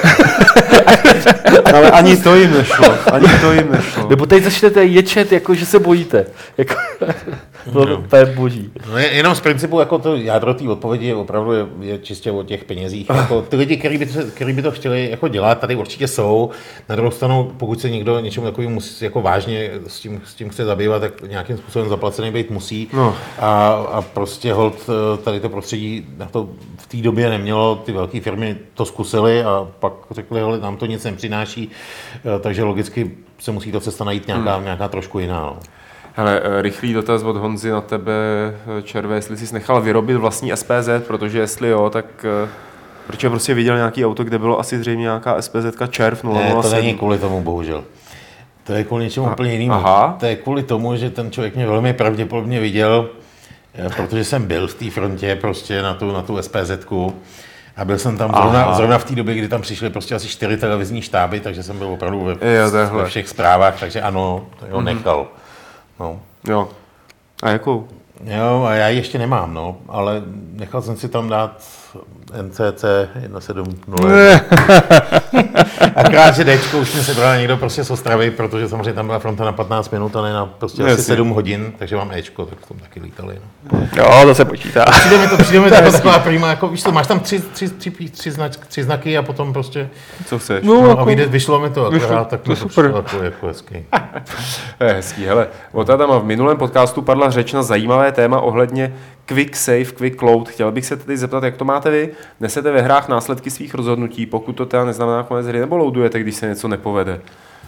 ale ani to jim nešlo. Nebo teď začnete ječet, jako že se bojíte. Jako, to je boží. No jenom z principu, jako to jádro té odpovědi je opravdu je čistě o těch penězích. Jako ty lidi, kteří by to chtěli jako dělat, tady určitě jsou. Na druhou stranu, pokud se někdo něčemu takovým musí, jako vážně s tím chce zabývat, tak nějakým způsobem zaplacený být musí. No. A prostě hold tady to prostředí na to v té době nemělo, ty velké firmy to zkusily a pak řekli, hele, nám to nic nepřináší, takže logicky se musí ta cesta najít nějaká trošku jiná. No. Hele, rychlý dotaz od Honzy na tebe, Červe, jestli jsi nechal vyrobit vlastní SPZ, protože jestli jo, tak protože prostě viděl nějaký auto, kde bylo asi zřejmě nějaká SPZ-ka Červ 007. Ne, to není kvůli tomu, bohužel. To je kvůli něčemu úplně jinému. Aha. To je kvůli tomu, že ten člověk mě velmi pravděpodobně viděl, protože jsem byl v té frontě prostě na tu SPZ-ku. A byl jsem tam zrovna v té době, kdy tam přišly prostě asi 4 televizní štáby, takže jsem byl opravdu ve všech zprávách, takže ano, to nechal. No. Jo. A jakou? Jo, a já ji ještě nemám, no, ale nechal jsem si tam dát NCC 170. Akorát, že Dčko už mě sebral někdo prostě z Ostravy, protože samozřejmě tam byla fronta na 15 minut a ne na prostě asi 7 hodin, takže mám Ečko, tak v tom taky lítali. No. Jo, to se počítá. Přijde mi to jako taková prima, jako víš co, máš tam tři znaky a potom prostě... Co chceš? No, a vyšlo mi to akorát, tak to super. Jako hezký. Je hezký, hele. Od Adama v minulém podcastu padla řeč na zajímavé téma ohledně Quick Save, Quick Load. Chtěl bych se tedy zeptat, jak to máte vy? Nesete ve hrách následky svých rozhodnutí, pokud to teda neznamená konec hry, nebo loadujete, když se něco nepovede?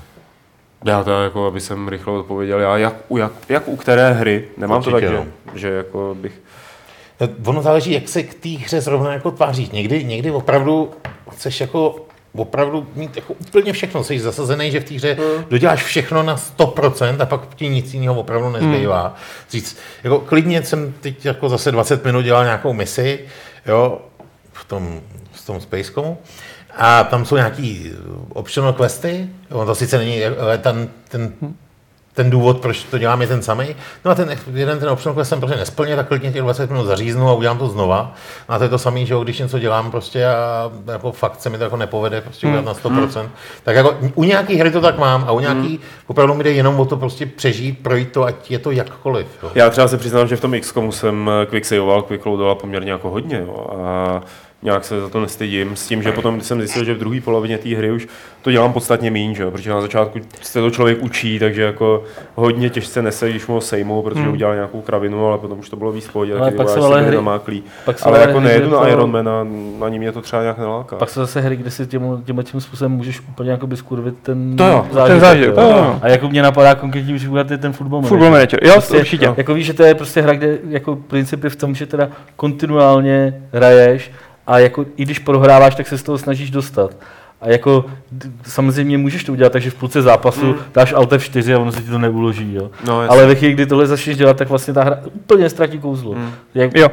Já to jako, aby jsem rychle odpověděl, jak u které hry? Nemám určitě, to tak, že jako bych... Ono záleží, jak se k té hře zrovna jako tváří. Někdy opravdu chceš jako opravdu mít jako úplně všechno, jsi zasazený, že v té hře doděláš všechno na 100% a pak ti nic jiného opravdu nezbývá. Říct, jako klidně jsem teď jako zase 20 minut dělal nějakou misi, jo, v tom Spacecomu, a tam jsou nějaký optional questy, jo, to sice není, ale ten důvod, proč to dělám, je ten samý. No a ten optional quest jsem prostě nesplně, tak klidně těch 20 minut zaříznu a udělám to znova. No a to je to samé, že jo, když něco dělám prostě a jako fakt se mi to jako nepovede prostě udělat na 100%. Tak jako u nějaký hry to tak mám a u nějaký opravdu mi jde jenom o to prostě přežít, projít to, ať je to jakkoliv. Jo. Já třeba se přiznám, že v tom XCOMu jsem quickloadoval poměrně jako hodně. Jo. A nějak se za to nestydím, s tím, že potom jsem zjistil, že v druhé polovině té hry už to dělám podstatně méně, že? Protože na začátku se to člověk učí, takže jako hodně těžce nese, když mu ho sejmou, protože udělal nějakou kravinu, ale potom už to bylo víc v pohodě, taky bylo hry namáklý. Ale jako nejedu na Ironman a na ní mě to třeba nějak neláká. Pak jsou zase hry, kde si tím způsobem můžeš úplně jakoby skurvit ten zážitek. A jako mě napadá konkrétní příklad je ten Football Manager. Jo, prostě, určitě. Jako víš, že to je prostě hra, kde jako princip je v tom, že teda kontinuálně hraješ a jako i když prohráváš, tak se z toho snažíš dostat. A jako samozřejmě můžeš to udělat, takže v půlce zápasu dáš Alt F4 a ono se ti to neuloží, jo. No, ale ve chvíli, kdy tohle začneš dělat, tak vlastně ta hra úplně ztratí kouzlo. Jo,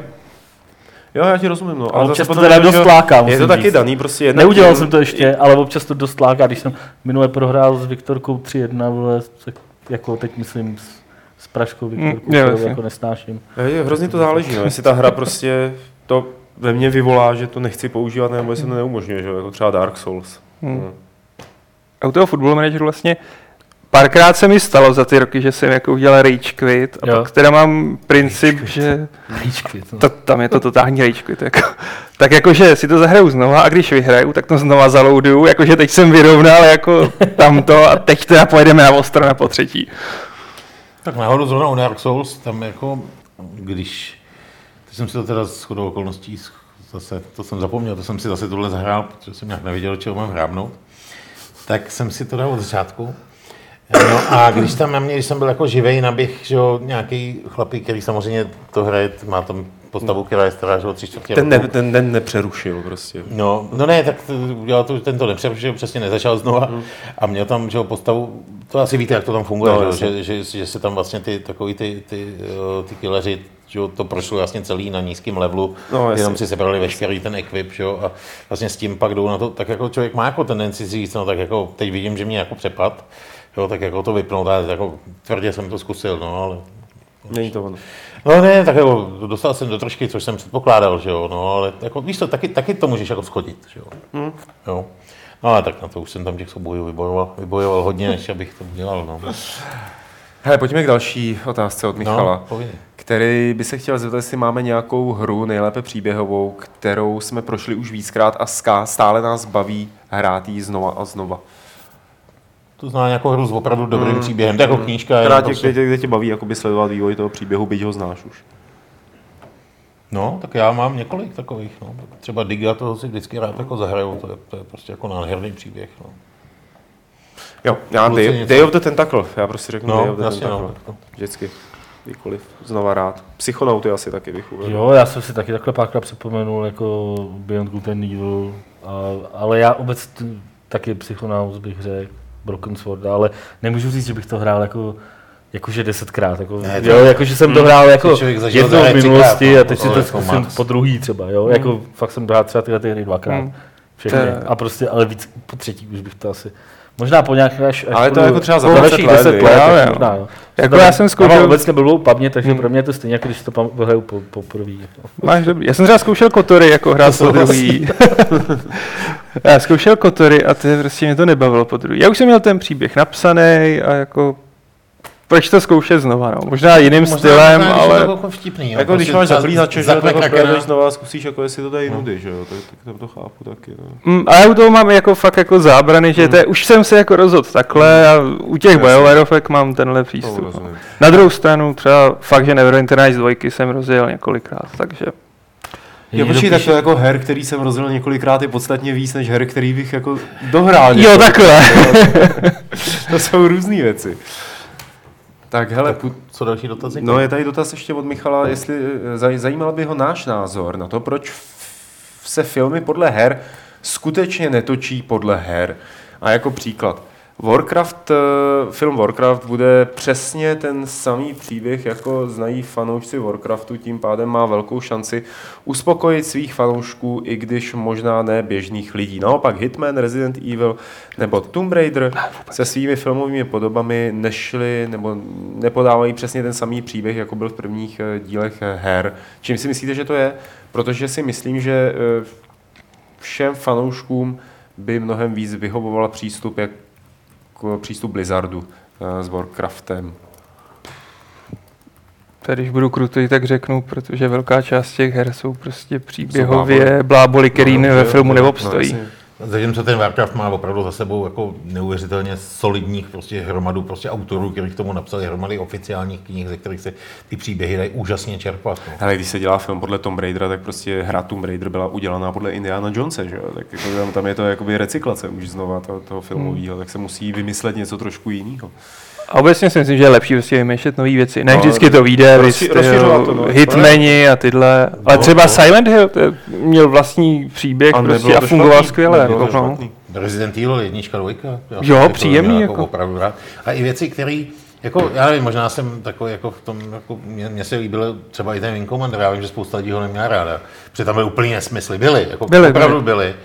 já ti rozumím, no. Ale občas to teda dost láká, je to taky daný, prostě neudělal jsem to ještě, ale občas to dost láká, když jsem minule prohrál s Viktorkou 3-1, jako teď myslím s pražskou Viktorkou, kterou jako nesnáším. Hrozně to záleží, no. Jestli ta hra prostě to ve mně vyvolá, že to nechci používat, nebo jestli to neumožňuje, že? Jako třeba Dark Souls. A u toho Football Manageru vlastně párkrát se mi stalo za ty roky, že jsem jako udělal rage quit a pak teda mám princip, že tam je to totální rage quit. Jako. Tak jakože si to zahraju znova a když vyhraju, tak to znova zalouduju, jakože teď jsem vyrovnal jako tamto a teď teda pojedeme na ostro na potřetí. Tak náhodou zrovna u Dark Souls, tam jako když jsem si to teda shodou okolností, zase, to jsem zapomněl, to jsem si zase tohle zahrál, protože jsem nějak nevěděl, čeho mám hrábnout. Tak jsem si to dal od začátku. No a když tam na mě, když jsem byl jako živej naběh, že jo, nějaký chlapík, který samozřejmě to hraje, má tam postavu, která je stará, že jo, 3/4 roku. Ten den nepřerušil prostě. No ne, tak udělal to, ten to nepřerušil, přesně nezačal znova a měl tam, že jo, postavu, to asi víte, jak to tam funguje, no, že se tam vlastně ty killeři, že to prošlo vlastně celý na nízkém levelu, jenom si sebrali veškerý ten equip, že jo, a vlastně s tím pak jdou na to, tak jako člověk má jako tendenci si říct, no tak jako teď vidím, že mě jako přepad, jo, tak jako to vypnout, ale jako tvrdě jsem to zkusil, no, ale... Není to ono. No ne, tak jako dostal jsem do trošky, což jsem předpokládal, že jo, no, ale jako víš to, taky to můžeš jako schodit, že jo, jo. No ale tak na to už jsem tam těch soubojů vybojoval hodně, než abych to udělal, no. Hele, pojďme k další otázce od Michala, který by se chtěl zeptat, jestli máme nějakou hru, nejlépe příběhovou, kterou jsme prošli už víckrát a stále nás baví hrát jí znova a znova. To znamená nějakou hru s opravdu dobrým příběhem, jako knížka. Kde tě baví jakoby sledovat vývoj toho příběhu, byť ho znáš už. No, tak já mám několik takových, no. Třeba Diga, toho si vždycky rád jako zahraju, to je prostě jako nádherný příběh, no. Jo, já Day of the Tentacle, já prostě řeknu Day of the Tentacle. No. Vždycky, kdykoliv, znova rád. Psychonauty asi taky bych uvedl. Jo, já jsem si taky takhle párkrát připomenul jako Beyond Good and Evil, ale já obecně taky Psychonauts bych řekl, Broken Sword, ale nemůžu říct, že bych to hrál jakože 10krát, jakože jsem to hrál jako jednou v minulosti a teď si to zkusím po druhý třeba, jo, jako fakt jsem hrál třeba tyhle hry 2krát, všechny, a prostě, ale víc po třetí už bych to asi, možná po nějaké až ale to jako třeba za 10 let, možná, jo. Jako já jsem zkoušel... Mám obecně blbou paměť, takže pro mě je to stejně, jako když to hraju po první. Máš dobrý. Já jsem třeba zkoušel Kotory, jako hrát po druhý. Já zkoušel Kotory a prostě mě to nebavilo po druhý. Já už jsem měl ten příběh napsaný a jako... Proč to zkoušet znova, no? Možná jiným stylem, ale... Jako vtipný, jo. Jako když máš zaklínače, že tak ho projedeš znova a zkusíš, jako jestli to dají nudy, že jo? Tak to chápu taky, no. A já u toho mám jako fakt jako zábrany, že už jsem se jako rozhodl takhle a u těch BioWareovek mám tenhle přístup. Na druhou stranu třeba fakt, že Neverwinter Nights 2 jsem rozjel několikrát, takže... Jo, počkej, tak to jako her, který jsem rozjel několikrát, je podstatně víc než her, který bych jako dohrál. Jo, takhle. To jsou různý věci. Tak hele, co další dotazy? No je tady dotaz ještě od Michala, jestli zajímal by ho náš názor na to, proč se filmy podle her skutečně netočí podle her. A jako příklad, film Warcraft bude přesně ten samý příběh, jako znají fanoušci Warcraftu, tím pádem má velkou šanci uspokojit svých fanoušků, i když možná ne běžných lidí. Naopak Hitman, Resident Evil nebo Tomb Raider se svými filmovými podobami nešli nebo nepodávají přesně ten samý příběh, jako byl v prvních dílech her. Čím si myslíte, že to je? Protože si myslím, že všem fanouškům by mnohem víc vyhovovala přístup Blizzardu s Warcraftem. Tady, když budu krutý, tak řeknu, protože velká část těch her jsou prostě příběhově bláboli, který ve filmu neobstojí. Zatímco ten Warcraft má opravdu za sebou jako neuvěřitelně solidních prostě hromadu prostě autorů, kteří k tomu napsali hromady oficiálních knih, ze kterých se ty příběhy dají úžasně čerpat. No. Ale když se dělá film podle Tomb Raidera, tak prostě hra Tomb Raider byla udělaná podle Indiana Jonese, že jo? Tak jako tam je to jakoby recyklace už znova toho filmového, tak se musí vymyslet něco trošku jiného. A obecně si myslím, že je lepší prostě vymýšlet nové věci. Ne vždycky to vyjde, Hitmani a tyhle. Ale třeba Silent Hill měl vlastní příběh prostě a fungoval skvěle. Resident Evil 1, 2. Jo, příjemný. Jako opravdu rád. A i věci, které, jako, já nevím, možná jsem takový, jako v tom, jako, mně se líbilo třeba i ten Wing Commander, já vím, že spousta lidí ho neměla ráda. Protože tam byly úplný nesmysly, opravdu byly.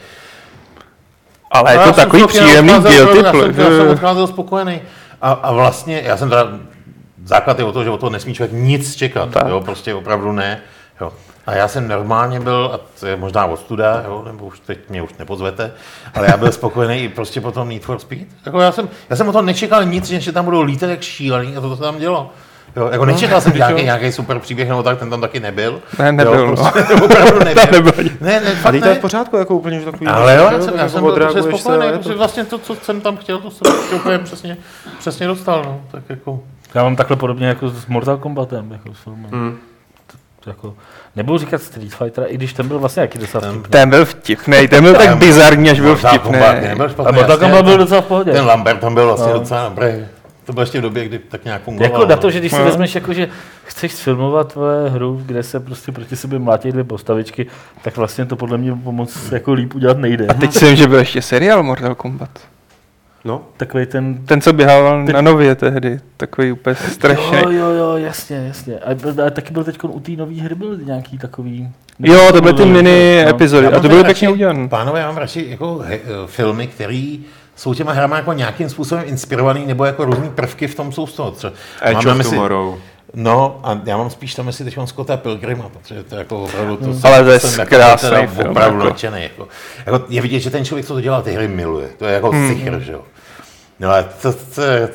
Ale je to takový příjemný guilty pleasure. Já jsem odcházel spokojený. A vlastně, já jsem teda, základ je o to, že o toho nesmí člověk nic čekat, jo, prostě opravdu ne, jo. A já jsem normálně byl, a to je možná ostuda, jo, nebo už teď mě už nepozvete, ale já byl spokojený i prostě po tom Need for Speed. Jako já jsem o tom nečekal nic, že tam budou lítat jak šílený a to se tam dělo. Jo, jako nečekal jsem nějaký super příběh, nebo tak, ten tam taky nebyl. Ne, nebyl, jo, prostě, opravdu nebyl. Ne, a teď to je v pořádku, jako úplně, že takový... Ale jo, já jsem byl prostě spokojený, protože vlastně to, co jsem tam chtěl, to jsem úplně přesně dostal, no, tak jako... Já mám takhle podobně jako s Mortal Kombatem, jako s filmem. Jako, nebudu říkat Street Fighter, i když ten byl vlastně jaký docela vtipný. Ten byl vtipný, ten byl tak bizarní, až byl vtipný. A Mortal Kombat byl docela v pohodě. Ten Lambert tam byl vlastně docela dobrý. To bylo ještě v době, kdy tak nějak fungovalo. Jako na to, že když si vezmeš, jako, že chceš filmovat tvoje hru, kde se prostě proti sobě mlátí dvě postavičky, tak vlastně to podle mě pomoc jako líp udělat nejde. A teď si vím, že byl ještě seriál Mortal Kombat. No, takový ten, co běhával na Nově tehdy, takový úplně strašný. Jo, jasně. A taky byl teď u té nový hry byl nějaký takový... Jo, to byly ty mini epizody a to byly pěkně udělané. Pánové, já mám radši jako filmy, které jsou těma hrama jako nějakým způsobem inspirovaný, nebo jako různý prvky v tom jsou z toho. Edge of Tomorrow. No, a já mám spíš tam jestli teď Scotta Pilgrima, protože to je jako opravdu to ale to je krásný film. Opravdu nadšený. Jako je vidět, že ten člověk, co to dělá, ty hry miluje. To je jako sichr, že jo. No ale to je...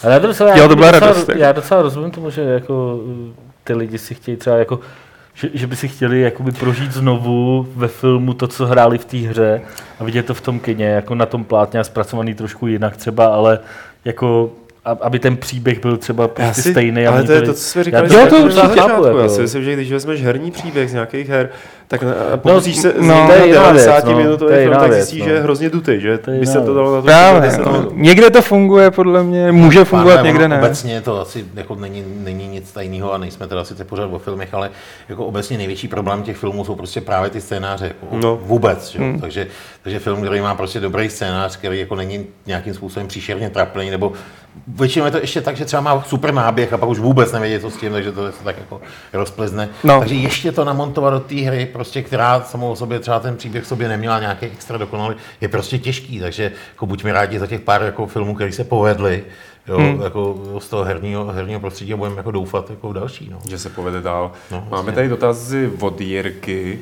Já docela rozumím tomu, že jako ty lidi si chtějí třeba jako že by si chtěli jakoby prožít znovu ve filmu to, co hráli v té hře a vidět to v tom kině, jako na tom plátně a zpracovaný trošku jinak třeba, ale jako aby ten příběh byl třeba prostě stejný. Ale to je to, co jsme říkali. Já to určitě chápu. Já si myslím, že když vezmeš herní příběh z nějakých her, tak pokusíš se na 90 minutový film, tak zjistíš, že je hrozně dutý, že by se to dalo na to. Někde to funguje, podle mě, může fungovat, někde ne. Obecně to asi jako není nic tajného a nejsme teda sice pořád o filmech, ale jako obecně největší problém těch filmů jsou prostě právě ty scénáře. Jako vůbec, že? Takže film, který má prostě dobrý scénář, který jako není nějakým způsobem příšerně trapný, nebo většinou je to ještě tak, že třeba má super náběh a pak už vůbec nevědí, co s tím, takže to se tak jako rozplezne. Takže ještě to namontovat do té hry, prostě, která samou o sobě třeba ten příběh v sobě neměla nějaký extra dokonalý, je prostě těžký, takže jako buďme rádi za těch pár jako filmů, které se povedly, jo, jako z toho herního prostředí a budeme jako doufat jako v další. No. Že se povede dál. No, máme tady dotazy od Jirky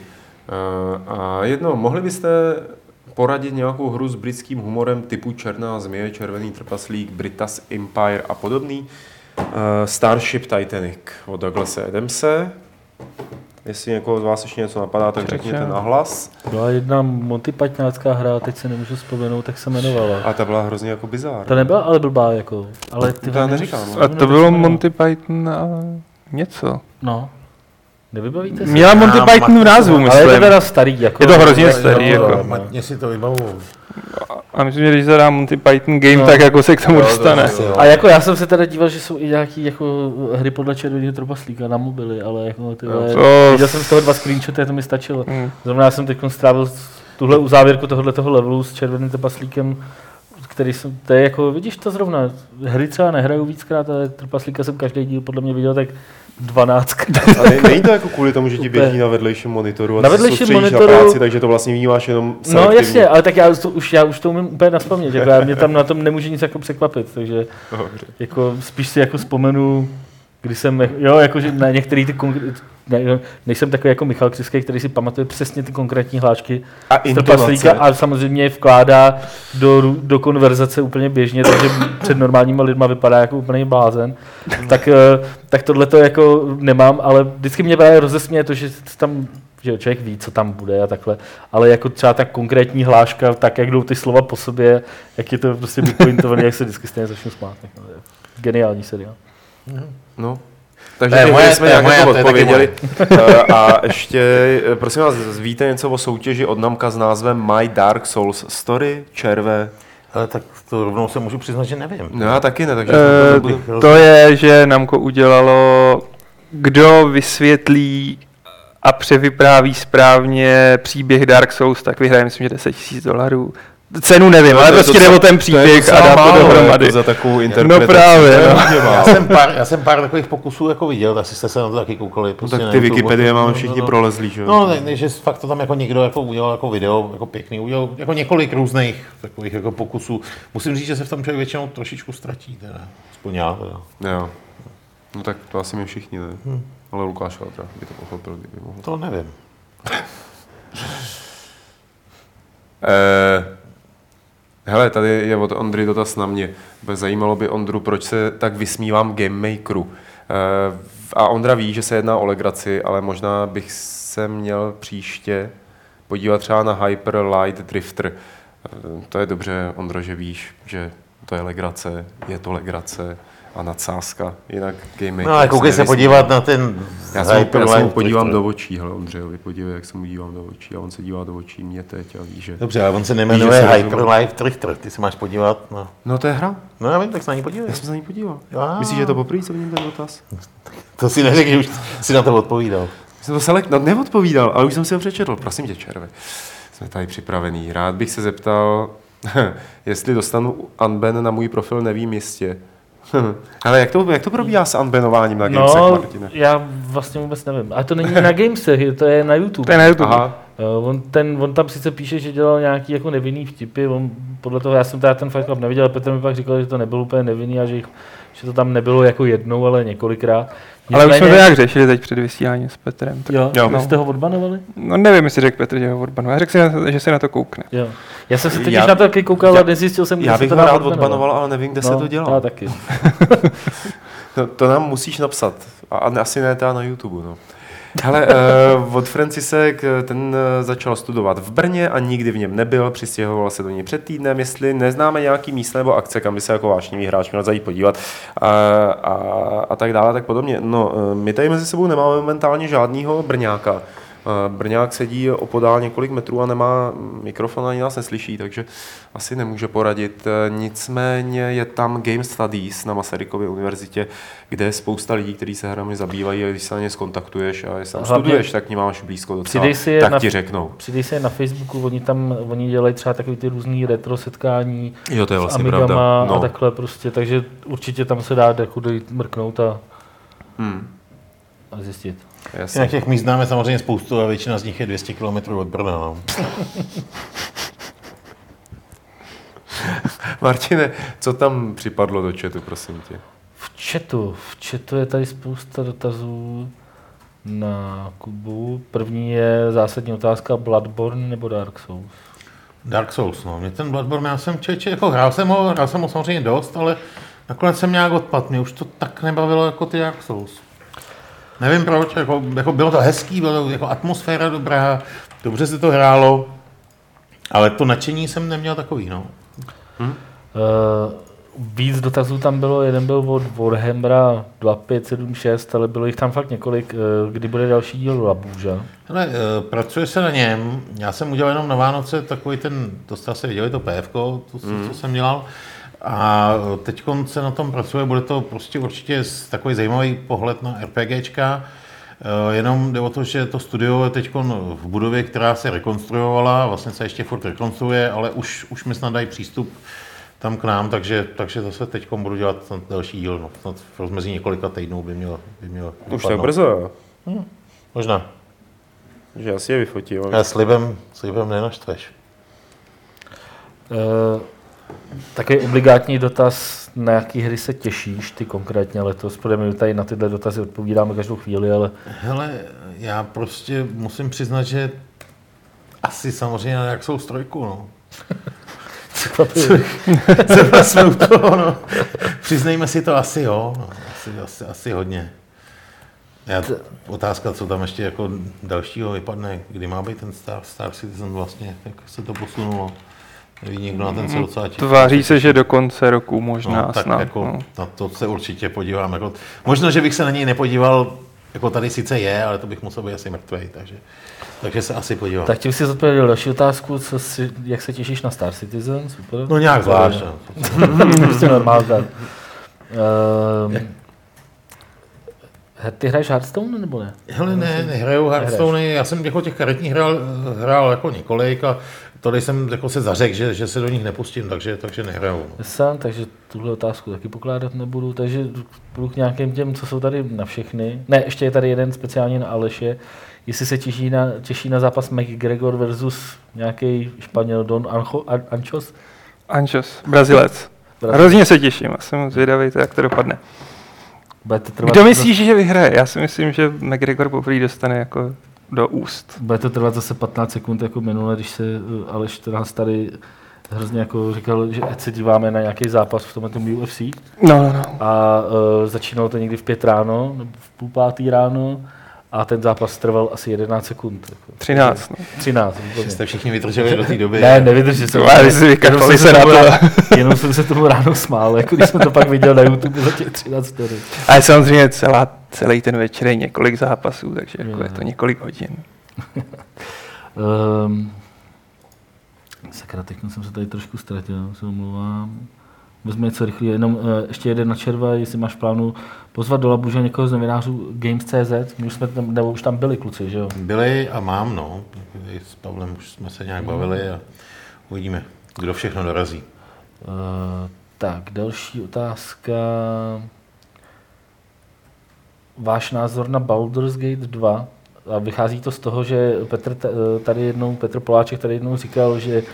a mohli byste poradit nějakou hru s britským humorem typu Černá zmije, Červený trpaslík, Britas Empire a podobný. Starship Titanic od Douglase Adamse. Jestli někoho z vás ještě něco napadá, tak řekněte nahlas. Byla jedna Monty Pythonovská hra, teď se nemůžu vzpomenout, tak se jmenovala. A ta byla hrozně jako bizár. Ta nebyla ale blbá jako. Ale ty to neříkám. A to bylo Monty Python a něco. No. Nevybavíte se? Měla Monty Python v názvu, myslím. Ale je to teda starý. Jako, je to hrozně starý. Jako. Matně si to vybavu. A myslím, že když zadá Monty Python game, tak jako se k tomu dostane. A jako já jsem se teda díval, že jsou i nějaký jako hry podle Červeného trpaslíka na mobily, ale jako viděl jsem z toho 2 screenshoty, to mi stačilo. Zrovna já jsem teď strávil tuhle uzávěrku tohoto levelu s červeným trpaslíkem, který jsem, to je jako, vidíš to zrovna, hry třeba nehraju víckrát, ale trpaslíka jsem každý díl podle mě viděl tak 12krát. A není to jako kvůli tomu, že ti běží na vedlejším monitoru a na vedlejším monitoru na práci, takže to vlastně vnímáš jenom selektivně. No jasně, ale tak já už to umím úplně nazpamět, jako mě tam na tom nemůže nic jako překvapit, takže jako spíš si jako vzpomenu, když jsem, jakože na některý ty nejsem takový jako Michal Křivský, který si pamatuje přesně ty konkrétní hlášky z trpaslíka a samozřejmě vkládá do konverzace úplně běžně, takže před normálníma lidma vypadá jako úplný blázen. Tak tohle to jako nemám, ale vždycky mě právě rozesměje to, že tam že člověk ví, co tam bude a takhle, ale jako třeba ta konkrétní hláška, tak jak jdou ty slova po sobě, jak je to prostě vypointované, jak se vždycky stejně začnu smát. Geniální seriál. No. Takže jsme nějak odpověděli. A ještě, prosím vás, víte něco o soutěži od Namka s názvem My Dark Souls Story, červe? Ale tak to rovnou se můžu přiznat, že nevím. No já taky ne, takže... To je, že Namco udělalo, kdo vysvětlí a převypráví správně příběh Dark Souls, tak vyhraje, myslím, že $10,000. Cenu nevím, ale prostě jde o ten příběh a dá to dohromady. Za takovou interpretaci. No právě, Já jsem pár takových pokusů jako viděl, tak jste se na to taky koukali. No, tak ty Wikipedie máme všichni prolezlí, že? No, že fakt to tam jako někdo jako udělal jako video, jako pěkný, udělal jako několik různých takových jako pokusů. Musím říct, že se v tom člověk většinou trošičku ztratí, teda. Aspoň já teda. Jo. No tak to asi my všichni, ne? Ale Lukáš Valtra by to pochopil, kdyby mohl. To nevím. Hele, tady je od Ondry dotaz na mě. Zajímalo by Ondru, proč se tak vysmívám Game Makeru. A Ondra ví, že se jedná o legraci, ale možná bych se měl příště podívat třeba na Hyper Light Drifter. To je dobře, Ondro, že víš, že to je legrace, je to legrace a nadsázka. Jinak Game Maker. No ale koukej se podívat na ten Já se mu podívám do očí, hele Ondřejovi, podívej, jak se mu dívám do očí a on se dívá do očí mě teď a ví, že... Dobře, ale on se nejmenuje Hyper Light Drifter, ty se máš podívat na... No to je hra. No já vím, tak se na ní podívej. Já jsem se na ní podíval. Myslíš, že je to poprvé, co vidím ten dotaz? To si neřekl, že už si na to odpovídal. Jsem to neodpovídal, ale už jsem si ho přečetl. Prosím tě, červe. Jsme tady připravený. Rád bych se zeptal, jestli dostanu unban na můj profil, nevím jistě. Ale jak to probíhá s unbanováním na Gamesech, Martine? Já vlastně vůbec nevím. A to není na Gamesech, to je na YouTube. To je na YouTube. Aha. On tam sice píše, že dělal nějaký jako nevinný vtipy, podle toho, já jsem teda ten Fight Club neviděl, Petr mi pak říkal, že to nebylo úplně nevinný a že to tam nebylo jako jednou, ale několikrát. Ale už jsme to nějak řešili teď před vysíláním s Petrem. Jo, jste ho odbanovali? No nevím, jestli řekl Petr, že ho odbanoval. Já řekl si, že se na to koukne. Jo. Já jsem se totiž na to taky koukal a nezjistil jsem, já bych ho rád odbanoval, ale nevím, kde se to dělá. Já taky. to nám musíš napsat. A asi ne teda na YouTube. No. Hele, od Francisek, ten začal studovat v Brně a nikdy v něm nebyl, přistěhoval se do něj před týdnem, jestli neznáme nějaký místo nebo akce, kam by se jako vášnivý hráč měl zajít podívat a tak dále, tak podobně. No, my tady mezi sebou nemáme momentálně žádnýho Brňáka. Brňák sedí opodál několik metrů a nemá mikrofon, ani nás neslyší, takže asi nemůže poradit. Nicméně je tam Game Studies na Masarykově univerzitě, kde je spousta lidí, kteří se hrami zabývají a když se na ně skontaktuješ a jestli tam studuješ, tak ní máš blízko docela, tak ti řeknou. Přidej si je na Facebooku, oni dělají třeba takový ty různý retro setkání to je vlastně s Amigama pravda. No. A takhle prostě, takže určitě tam se dá mrknout a zjistit. Na těch míst známe samozřejmě spoustu a většina z nich je 200 km od Brna. No. Martine, co tam připadlo do chatu, prosím tě? V chatu je tady spousta dotazů na Kubu. První je zásadní otázka Bloodborne nebo Dark Souls? Dark Souls, no. Mě ten Bloodborne, já jsem jako hrál jsem ho samozřejmě dost, ale nakonec jsem nějak odpadl. Mě už to tak nebavilo jako ty Dark Souls. Nevím proč, jako bylo to hezký, byla jako atmosféra dobrá, dobře se to hrálo, ale to nadšení jsem neměl takový, no. Víc dotazů tam bylo, jeden byl od Warhammera 2576, ale bylo jich tam fakt několik. Kdy bude další díl Labuža? Hele, pracuje se na něm, já jsem udělal jenom na Vánoce takový ten, to jste asi viděli, to PFko, co jsem dělal. A teď se na tom pracuje, bude to prostě určitě takový zajímavý pohled na RPGčka. Jenom jde o to, že to studio je teď v budově, která se rekonstruovala, vlastně se ještě furt rekonstruuje, ale už mi snad dají přístup tam k nám, takže zase teď budu dělat další díl. No. Snad v rozmezí několika týdnů by měl už tak brzo. Možná. Že asi je vyfotí. Já slibem nenaštveš. Takový obligátní dotaz, na jaký hry se těšíš ty konkrétně letos? Protože my tady na tyhle dotazy odpovídáme každou chvíli, ale... Hele, já prostě musím přiznat, že asi samozřejmě na jak jsou strojku, no. Co jsme u toho, no. Přiznejme si to asi, jo. No. Asi hodně. Otázka, co tam ještě jako dalšího vypadne, kdy má být ten Star Citizen vlastně, jak se to posunulo. Neví někdo na ten se docela těší. Tváří se, že do konce roku možná tak snad. Jako, na to se určitě podívám. Jako, možná, že bych se na něj nepodíval, jako tady sice je, ale to bych musel být asi mrtvej, takže se asi podívám. Tak tím si zodpověděl další otázku, jak se těšíš na Star Citizen, super. No nějak zvlášť. Prostě normálně. Ty hraješ Hearthstone nebo ne? Hele, nehraju Hearthstone, já jsem jako těch karetních hrál jako několik a tady jsem jako se zařekl, že se do nich nepustím, takže nehraju. Sám, takže tuhle otázku taky pokládat nebudu, takže budu k nějakým těm, co jsou tady na všechny. Ne, ještě je tady jeden speciálně na Aleše. Jestli se těší na zápas McGregor versus nějaký Španěl Don Anchos? Anchos, Brazilec. Hrozně se těším a jsem zvědavý, jak to dopadne. Kdo myslíš, že vyhraje? Já si myslím, že McGregor poprvé dostane jako do úst. Bude to trvat zase 15 sekund jako minule, když se Aleš nás tady hrozně jako říkal, že se díváme na nějaký zápas v tomhle UFC. No. A začínalo to někdy v 5 ráno, nebo v 4:30 ráno. A ten zápas trval asi 11 sekund. Jako. 13. No. 13. Jste všichni vydrželi do té doby. Ne, nevydrželi jsem. Jenom jsem se tomu ráno smál, jako když jsem to pak viděl na YouTube za těch 13 vteřin. Ale samozřejmě celý ten večer je několik zápasů, takže jako je to několik hodin. Sakra, teď jsem se tady trošku ztratil, se omlouvám. Vezme něco rychlého, jenom ještě jeden na červa, jestli máš v plánu pozvat do Labuže někoho z novinářů Games.cz, my už jsme tam, nebo už tam byli kluci, že jo? Byli a mám, no. S Pavlem už jsme se nějak bavili a uvidíme, kdo všechno dorazí. Tak, další otázka. Váš názor na Baldur's Gate 2? A vychází to z toho, že Petr Poláček tady jednou říkal, že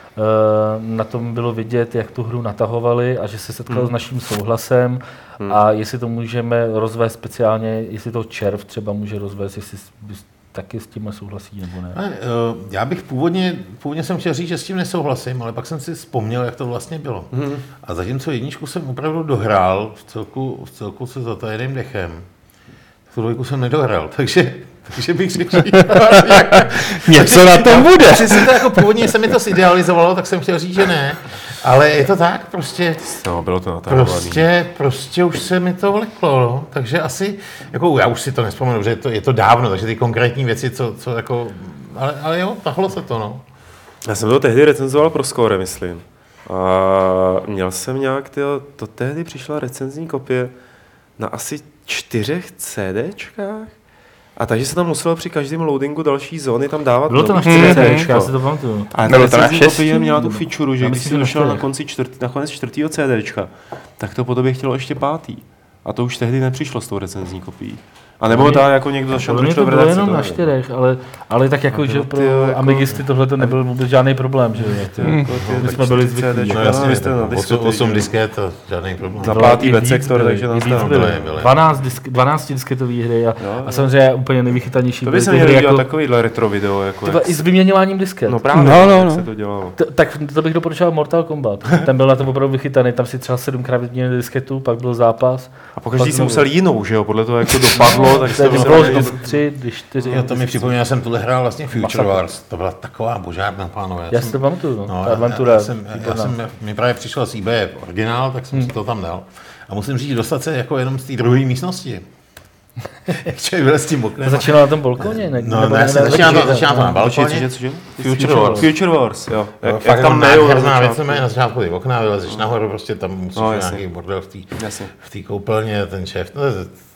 na tom bylo vidět, jak tu hru natahovali a že se setkal s naším souhlasem a jestli to můžeme rozvést speciálně, jestli to Červ třeba může rozvést, jestli taky s tím souhlasí nebo ne. Já bych původně jsem chtěl říct, že s tím nesouhlasím, ale pak jsem si vzpomněl, jak to vlastně bylo. A zatímco jedničku jsem opravdu dohrál v celku se zatajeným dechem, tu dvojku jsem nedohrál, takže bych řekl, něco na tom bude. Přesně to jako původně se mi to zidealizovalo, tak jsem chtěl říct, že ne, ale je to tak, prostě. No, bylo to natahovaný. Prostě už se mi to vleklo, no. Takže asi, jako já už si to nespomenu, že je to dávno, takže ty konkrétní věci, co jako, ale jo, tahlo se to, no. Já jsem to tehdy recenzoval pro Score, myslím. A měl jsem nějak, to tehdy přišla recenzní kopie na asi 4 CDčkách. A takže se tam muselo při každém loadingu další zóny tam dávat. Bylo to na 4 CDčka, já si to pamatuju. A ta recenzní kopie měla tu feature, že když jsi došel na konec 4. CDčka, tak to po tobě chtělo ještě 5. A to už tehdy nepřišlo s tou recenzní kopií. A nebo ta jako někdo začal to bylo jenom na 4, ale tak jako, že pro Amigisty tohle to nebyl vůbec žádný problém, že my jsme byli zvyklí. No jasně, vy jste na diskety. 8 disket, to žádný problém. Na 5. B-sektor, takže tam byly 12 disketové hry a samozřejmě úplně nevychytanější. To by se měli dělat takovýhle retro video. I s vyměňováním disket. No právě, jak se to dělalo. Tak to bych doporučoval Mortal Kombat. Ten byl na tom opravdu vychytaný, tam si třeba 7krát vyměnili disketu, pak byl zápas. A pokaždý si musel jinou, že jo, podle toho, jak to dopadlo. Tak to bylo 3, 4. Jo, to mi připomíná, já jsem tuhle hrál vlastně Future Wars. To byla taková božárna, pánové. Já si to pamatuju, no. Adventura. Mi právě přišel z eBay originál, tak jsem si to tam dal. A musím říct, dostat se jako jenom z té druhé místnosti. Jak člověk byl s tím oknem. Začínal na tom balkoně? Začínal to na balkoně. Future Wars, jo. Jak tam nádherná věc, na začátku ty okna, vylezeš nahoru, prostě tam musíš nějaký bordel v té koupelně, ten šéf.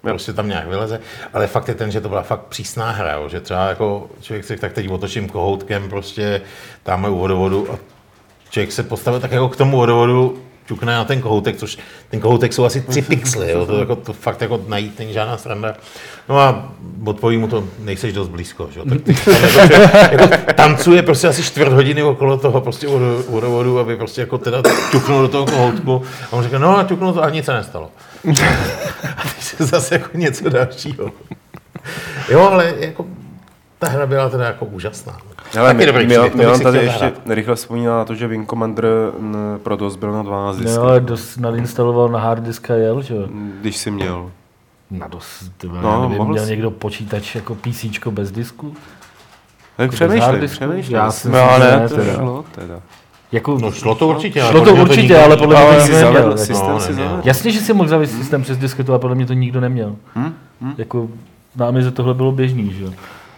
prostě tam nějak vyleze, ale fakt je ten, že to byla fakt přísná hra, jo, že třeba jako člověk si tak teď otočím kohoutkem prostě tamhle u vodovodu a člověk se postavil tak jako k tomu vodovodu, ťukne na ten kohoutek, což ten kohoutek jsou asi 3 pixely, jo, to fakt jako najít není žádná sranda. No a odpoví mu to, nejseš dost blízko, že jo, tak jako tancuje prostě asi 4 hodiny okolo toho prostě vodovodu, aby prostě jako teda ťuknul do toho kohoutku a on říká, no a ťuknul to a nic se nestalo. A teď se zase jako něco dalšího. Jo, ale jako ta hra byla teda jako úžasná. Ale Milan tady ještě rychle vzpomíná na to, že Wing Commander pro DOS byl na 12 diskách. No, ale DOS nadinstaloval na hard disk a jel, že jo? Když jsi měl. Na DOS, nevím, měl někdo počítač jako PCčko bez disku? Tak přemýšlej. Já si teda. Jako, no šlo to určitě, ale podle mě to nikdo neměl. Systém jasně, že si mohl zavést systém přes disketu, ale podle mě to nikdo neměl. Jako na Amize tohle bylo běžný, že jo.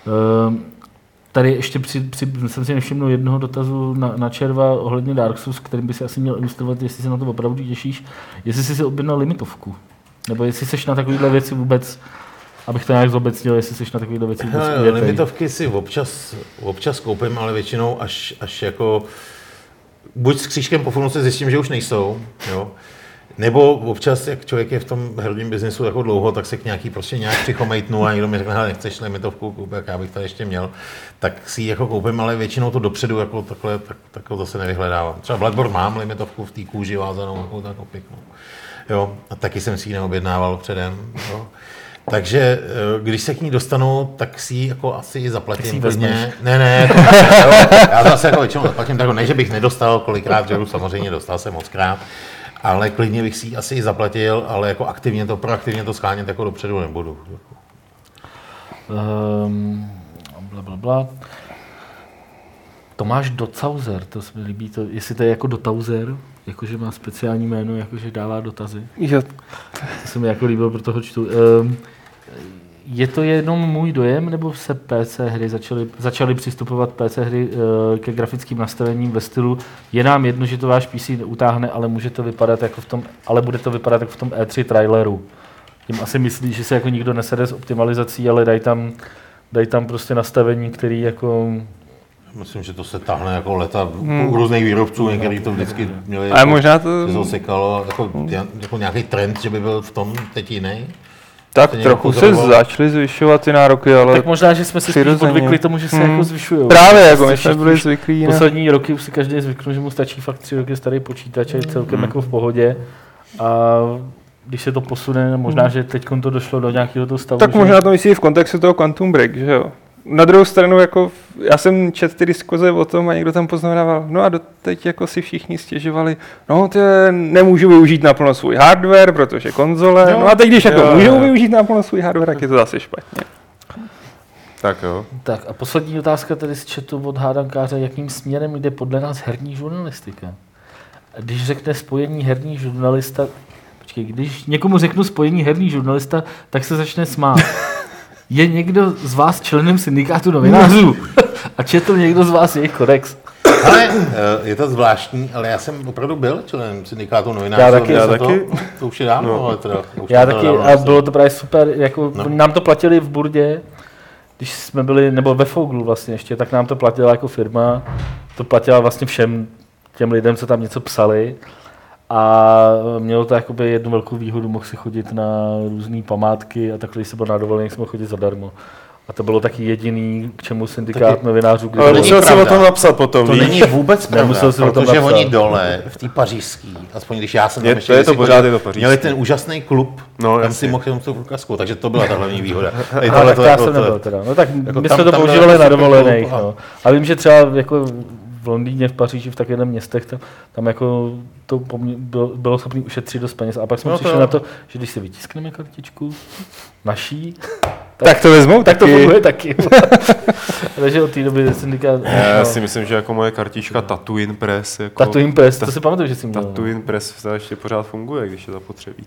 Tady ještě jsem si nevšiml jednoho dotazu na Červa ohledně Dark Souls, kterým by si asi měl ilustrovat, jestli se na to opravdu těšíš, jestli jsi si objednal limitovku, nebo jestli seš na takovýhle věci vůbec, abych to nějak zobecnil, jestli seš na takovýhle věci vůbec uvětej. Limitovky si občas koupím, ale většinou až jako buď s křížkem po funuse zjistím, že už nejsou, jo. Nebo občas, jak člověk je v tom herním biznesu jako dlouho, tak se k nějaký prostě nějak přichomejtnu a někdo mi řekne, hele, nechceš limitovku koupit, jak já bych to ještě měl, tak si ji jako koupím, ale většinou to dopředu jako takhle, tak to zase nevyhledávám. Třeba Bloodborne mám limitovku v té kůži vázanou, jako pěknou. Jo, a taky jsem si ji neobjednával předem, jo. Takže když se k ní dostanu, tak si ji jako asi zaplatím. Ne, já zase jako většinou zaplatím, tak ne, že bych nedostal kolikrát, že samozřejmě dostal jsem mockrát. Ale klidně bych si ji asi i zaplatil, ale jako proaktivně to shánět jako dopředu nebudu. Blablabla. Tomáš Docauser, to se mi líbí, jestli to je jako Dotauser, jakože má speciální jméno, jakože dává dotazy. Jo. To se mi jako líbilo, proto ho čtu. Je to jenom můj dojem, nebo se PC hry začaly přistupovat PC hry ke grafickým nastavením ve stylu je nám jedno, že to váš PC neutáhne, ale bude to vypadat jako v tom E3 traileru. Tím asi myslí, že se jako nikdo nesede s optimalizací, ale dají tam prostě nastavení, který jako... Myslím, že to se tahne jako leta u různých výrobců, některý to vždycky měli, ale možná to se zasekalo, jako nějaký trend, že by byl v tom teď jiný. Tak trochu se začaly zvyšovat ty nároky, ale tak možná, že jsme si spíš odvykli tomu, že se jako zvyšují. Právě, jako my jsme byli zvyklí. Poslední roky už si každý zvyknul, že mu stačí fakt 3 roky starý počítač a je celkem jako v pohodě. A když se to posune, možná, že teď to došlo do nějakého toho stavu. Tak možná to myslí v kontextu toho Quantum Break, že jo? Na druhou stranu, jako já jsem četl ty diskuze o tom a někdo tam poznamenával, no a doteď jako si všichni stěžovali, no nemůžu využít naplno svůj hardware, protože konzole, no a teď když jako můžou využít naplno svůj hardware, tak je to zase špatně. Tak jo. Tak a poslední otázka tady z chatu od hádankáře, jakým směrem jde podle nás herní žurnalistika? Když řekne spojení herní žurnalista, když někomu řeknu spojení herní žurnalista, tak se začne smát. Je někdo z vás členem syndikátu novinářů? A četl někdo z vás jejich kodex? Ale je to zvláštní, ale já jsem opravdu byl členem syndikátu novinářů. Já taky. To už je dávno, no. Ale teda. Já taky a bylo to právě super, jako nám to platili v Burdě, když jsme byli, nebo ve Foglu vlastně ještě, tak nám to platila jako firma, to platila vlastně všem těm lidem, co tam něco psali. A mělo to jakoby jednu velkou výhodu, mohl si chodit na různé památky a takhle, když se byl na dovolených, jsme mohl chodit zadarmo. A to bylo taky jediný, k čemu syndikát novinářů... Ale musel si o tom napsat potom, to není vůbec pravda, protože oni napsat. Dole, v té pařížský, aspoň když já jsem tam ještě... Je to pořád, je to pařížský. Měli ten úžasný klub, no, tam si mohl jenom tu průkazku, takže to byla ta hlavní výhoda. Ale já jsem nebyl teda. No tak jako my jsme to používali na dovolených. No. A vím, že třeba jako v Londýně, v Paříži, v takových městech, tam jako to bylo schopné ušetřit dost peněz. A pak jsme přišli na to, že když si vytiskneme kartičku naší, tak to vezmou tak to funguje taky. Takže od té doby syndikát... Já si myslím, že jako moje kartička Tatooine Press... Jako Tatooine Press, to si pamatuju, že jsi měl. Tatooine Press ještě pořád funguje, když je zapotřebí.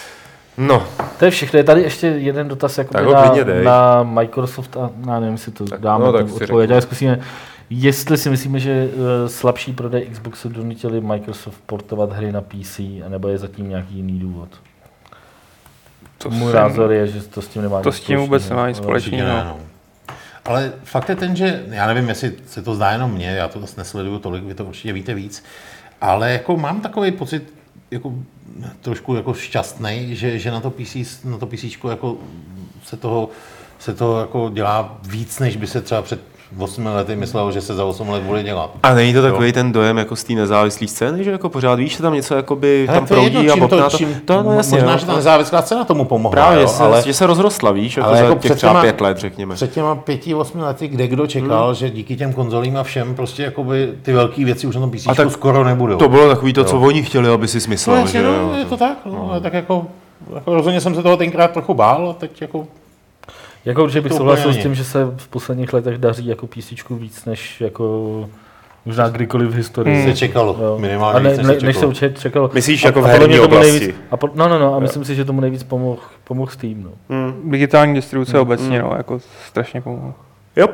No. To je všechno. Je tady ještě jeden dotaz jako na Microsoft a nevím, jestli to dáme odpověď, ale zkusíme. Jestli si myslíme, že slabší prodej Xboxu donutili Microsoft portovat hry na PC, anebo je zatím nějaký jiný důvod? Můj názor je, že to s tím nemá to s tím vůbec nemá nic společného. No. Ale fakt je ten, že já nevím, jestli se to zdá jenom mně, já to zase nesleduju tolik, vy to určitě víte víc, ale jako mám takový pocit, jako trošku jako šťastný, že na to PCčko jako se toho jako dělá víc, než by se třeba před 8 lety myslel, že se za 8 let bude dělat. A není to takový ten dojem jako z té nezávislé scény, že jako pořád víš, že tam něco jakoby tam proudí a bobtná to? No jasně, možná, že ta nezávislá scéna tomu pomohla. Právě, že se rozrostla, víš, jako za těch třeba 5 let, řekněme. Před těma 5-8 lety, kdo čekal, že díky těm konzolím a všem prostě jakoby ty velké věci už na tom PCčku skoro nebudou. To bylo takový to, co oni chtěli, aby si smyslel, že jo. Je to tak, ale tak jako rozhodně jsem se toho tenkrát trochu bál a teď jako určitě bych souhlasil s tím, že se v posledních letech daří jako PCčku víc, než jako možná kdykoliv v historii. Se čekalo, minimálně než se čekalo. Myslíš jako v herní oblasti? A myslím si, že tomu nejvíc pomohl Steam. No. Digitální distribuce obecně, jako strašně pomohlo. Jop.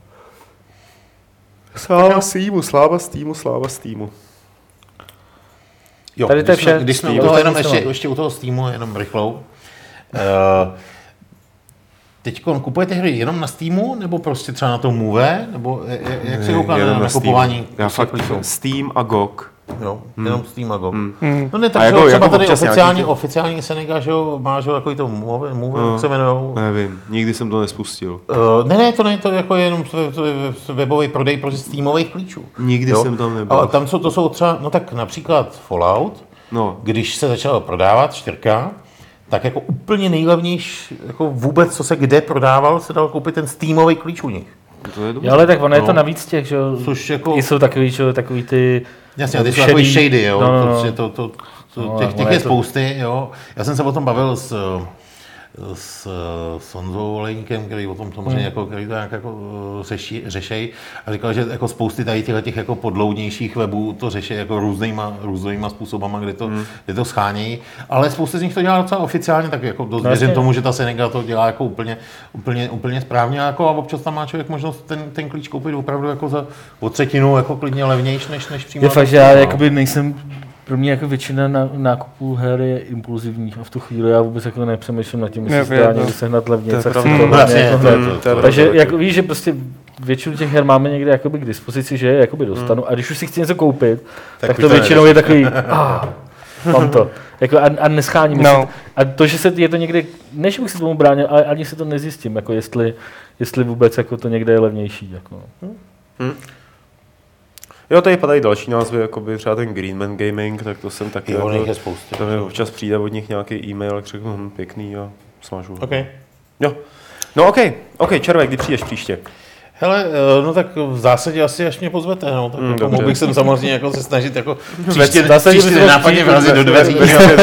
Sláva Steamu. Jo, tady to je vše. Když jsme u toho jenom ještě u toho Steamu, jenom rychlou. Teď kupujete hry jenom na Steamu, nebo prostě třeba na tom Move, nebo jak se kouká na nakupování? Já fakt Steam a GOG. Jo, jenom Steam a GOG. No ne, tak jako, třeba tady oficiální Seneca, že jo, má že takový to Move, jak se jmenujou? Nevím, nikdy jsem to nespustil. Ne, to není to jako jenom webový prodej prostě Steamových klíčů. Nikdy jsem tam nebyl. Ale tam to jsou třeba, no tak například Fallout, když se začalo prodávat 4, tak jako úplně nejlevnější, jako vůbec, co se kde prodával, se dal koupit ten Steamový klíč u nich. Jo, ale tak ono je to navíc těch, že jo, jsou takový ty... Jasně, ty jsou takový shady, jo, těch je spousty, jo. Já jsem se o tom bavil s Honzou Olejníkem, který o tom samozřejmě jako, který to nějak jako řešej a říkal, že jako spousty tady těch jako podloudnějších webů to řeší jako různýma způsobama, kde to schánějí, ale spousty z nich to dělá docela oficiálně, tak jako dost věřím tomu, že ta Seneca to dělá jako úplně správně jako a občas tam má člověk možnost ten klíč koupit opravdu jako za o třetinu jako klidně levnější než přímo. Je fakt, že já jakoby nejsem. Pro mě jako většina nákupů her je impulzivních a v tu chvíli já vůbec jako nepřemýšlím nad tím, jestli se dá někdy sehnat levně, takže jako víš, že prostě většinu těch her máme někde jakoby k dispozici, že je jakoby dostanu a když už si chci něco koupit, tak to většinou je takový, mám to. Jako a nescháním si. A to, že je to někde, než bych si tomu bránil, ale ani si to nezjistím, jako jestli vůbec jako to někde je levnější. Jako. Jo, tady padají další názvy, jako by třeba ten Greenman Gaming, tak to jsem taky. Jo, je spousty. To mi občas přijde od nich nějaký e-mail, jak řeknu, pěkný a smažu. Okay. Jo. No OK, Červé, kdy přijdeš příště? Hele, no tak v zásadě asi až mě pozvete, no, tak jako mohl bych sem samozřejmě jako se snažit jako příště nenápadně vrazit do dveří.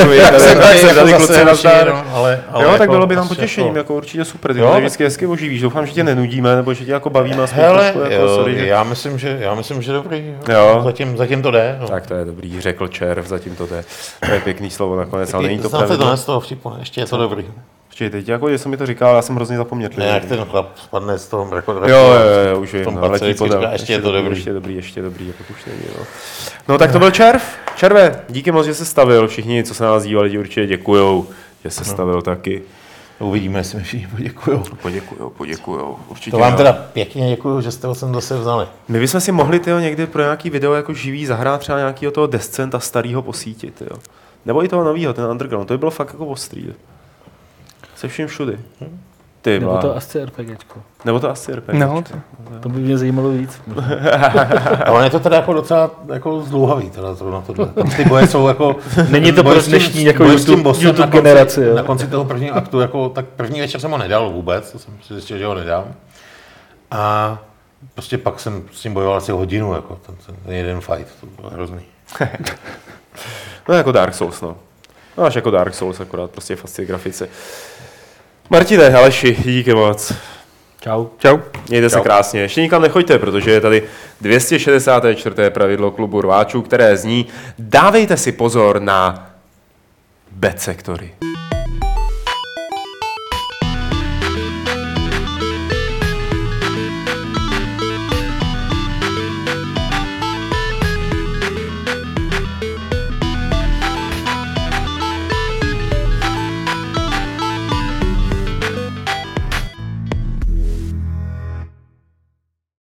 Jo, tak bylo by nám potěšením, jako určitě super, ty to vždycky hezky oživíš, doufám, že tě nenudíme, nebo že tě jako bavíme aspoň trošku, jako sorry. Já myslím, že dobrý, zatím to jde. Tak to je dobrý, řekl Červ, zatím to jde, to je pěkný slovo nakonec, ale není to pravda. Znáte to z toho všipu, ještě je to dobrý. Počkej, teď jako, že jsem mi to říkal, já jsem hrozně zapomnětlivý. Ne, jak ten chlap spadne z toho mrakodrapu. Jo, už vím, letí podél. Ještě je to dobrý. Ještě dobrý, jako už není, jo. No tak to byl Červ. Červe, díky moc, že se stavil. Všichni, co se na nás dívali, ti určitě děkujou, že se stavil taky. Uvidíme, jestli mi všichni poděkujou. Poděkujou, určitě. To vám teda pěkně děkuju, že jste ho sem zase vzali. My bychom si mohli někdy pro nějaký video jako živý zahrát třeba nějakého toho Descenta starého po síti, tyjo. Nebo i toho nového, ten Underground, to by bylo fakt jako ostrý. Se vším všudy. Nebo to asi RPGčko. No, to by mě zajímalo víc. Ale je to teda jako docela jako zdlouhavý teda na tohle. Ty boje jsou jako... Není to pro dnešní jako YouTube generaci. Na konci toho prvního aktu, jako, tak první večer jsem ho nedal vůbec, to jsem si zjistil, že ho nedám. A prostě pak jsem s tím bojoval asi hodinu, jako ten jeden fight, to bylo hrozný. No jako Dark Souls, no. No až jako Dark Souls, akorát prostě fascinující grafice. Martine, Aleši, díky moc. Čau. Mějte se krásně. Ještě nikam nechoďte, protože je tady 264. pravidlo klubu rváčů, které zní: dávejte si pozor na Bad Sectory.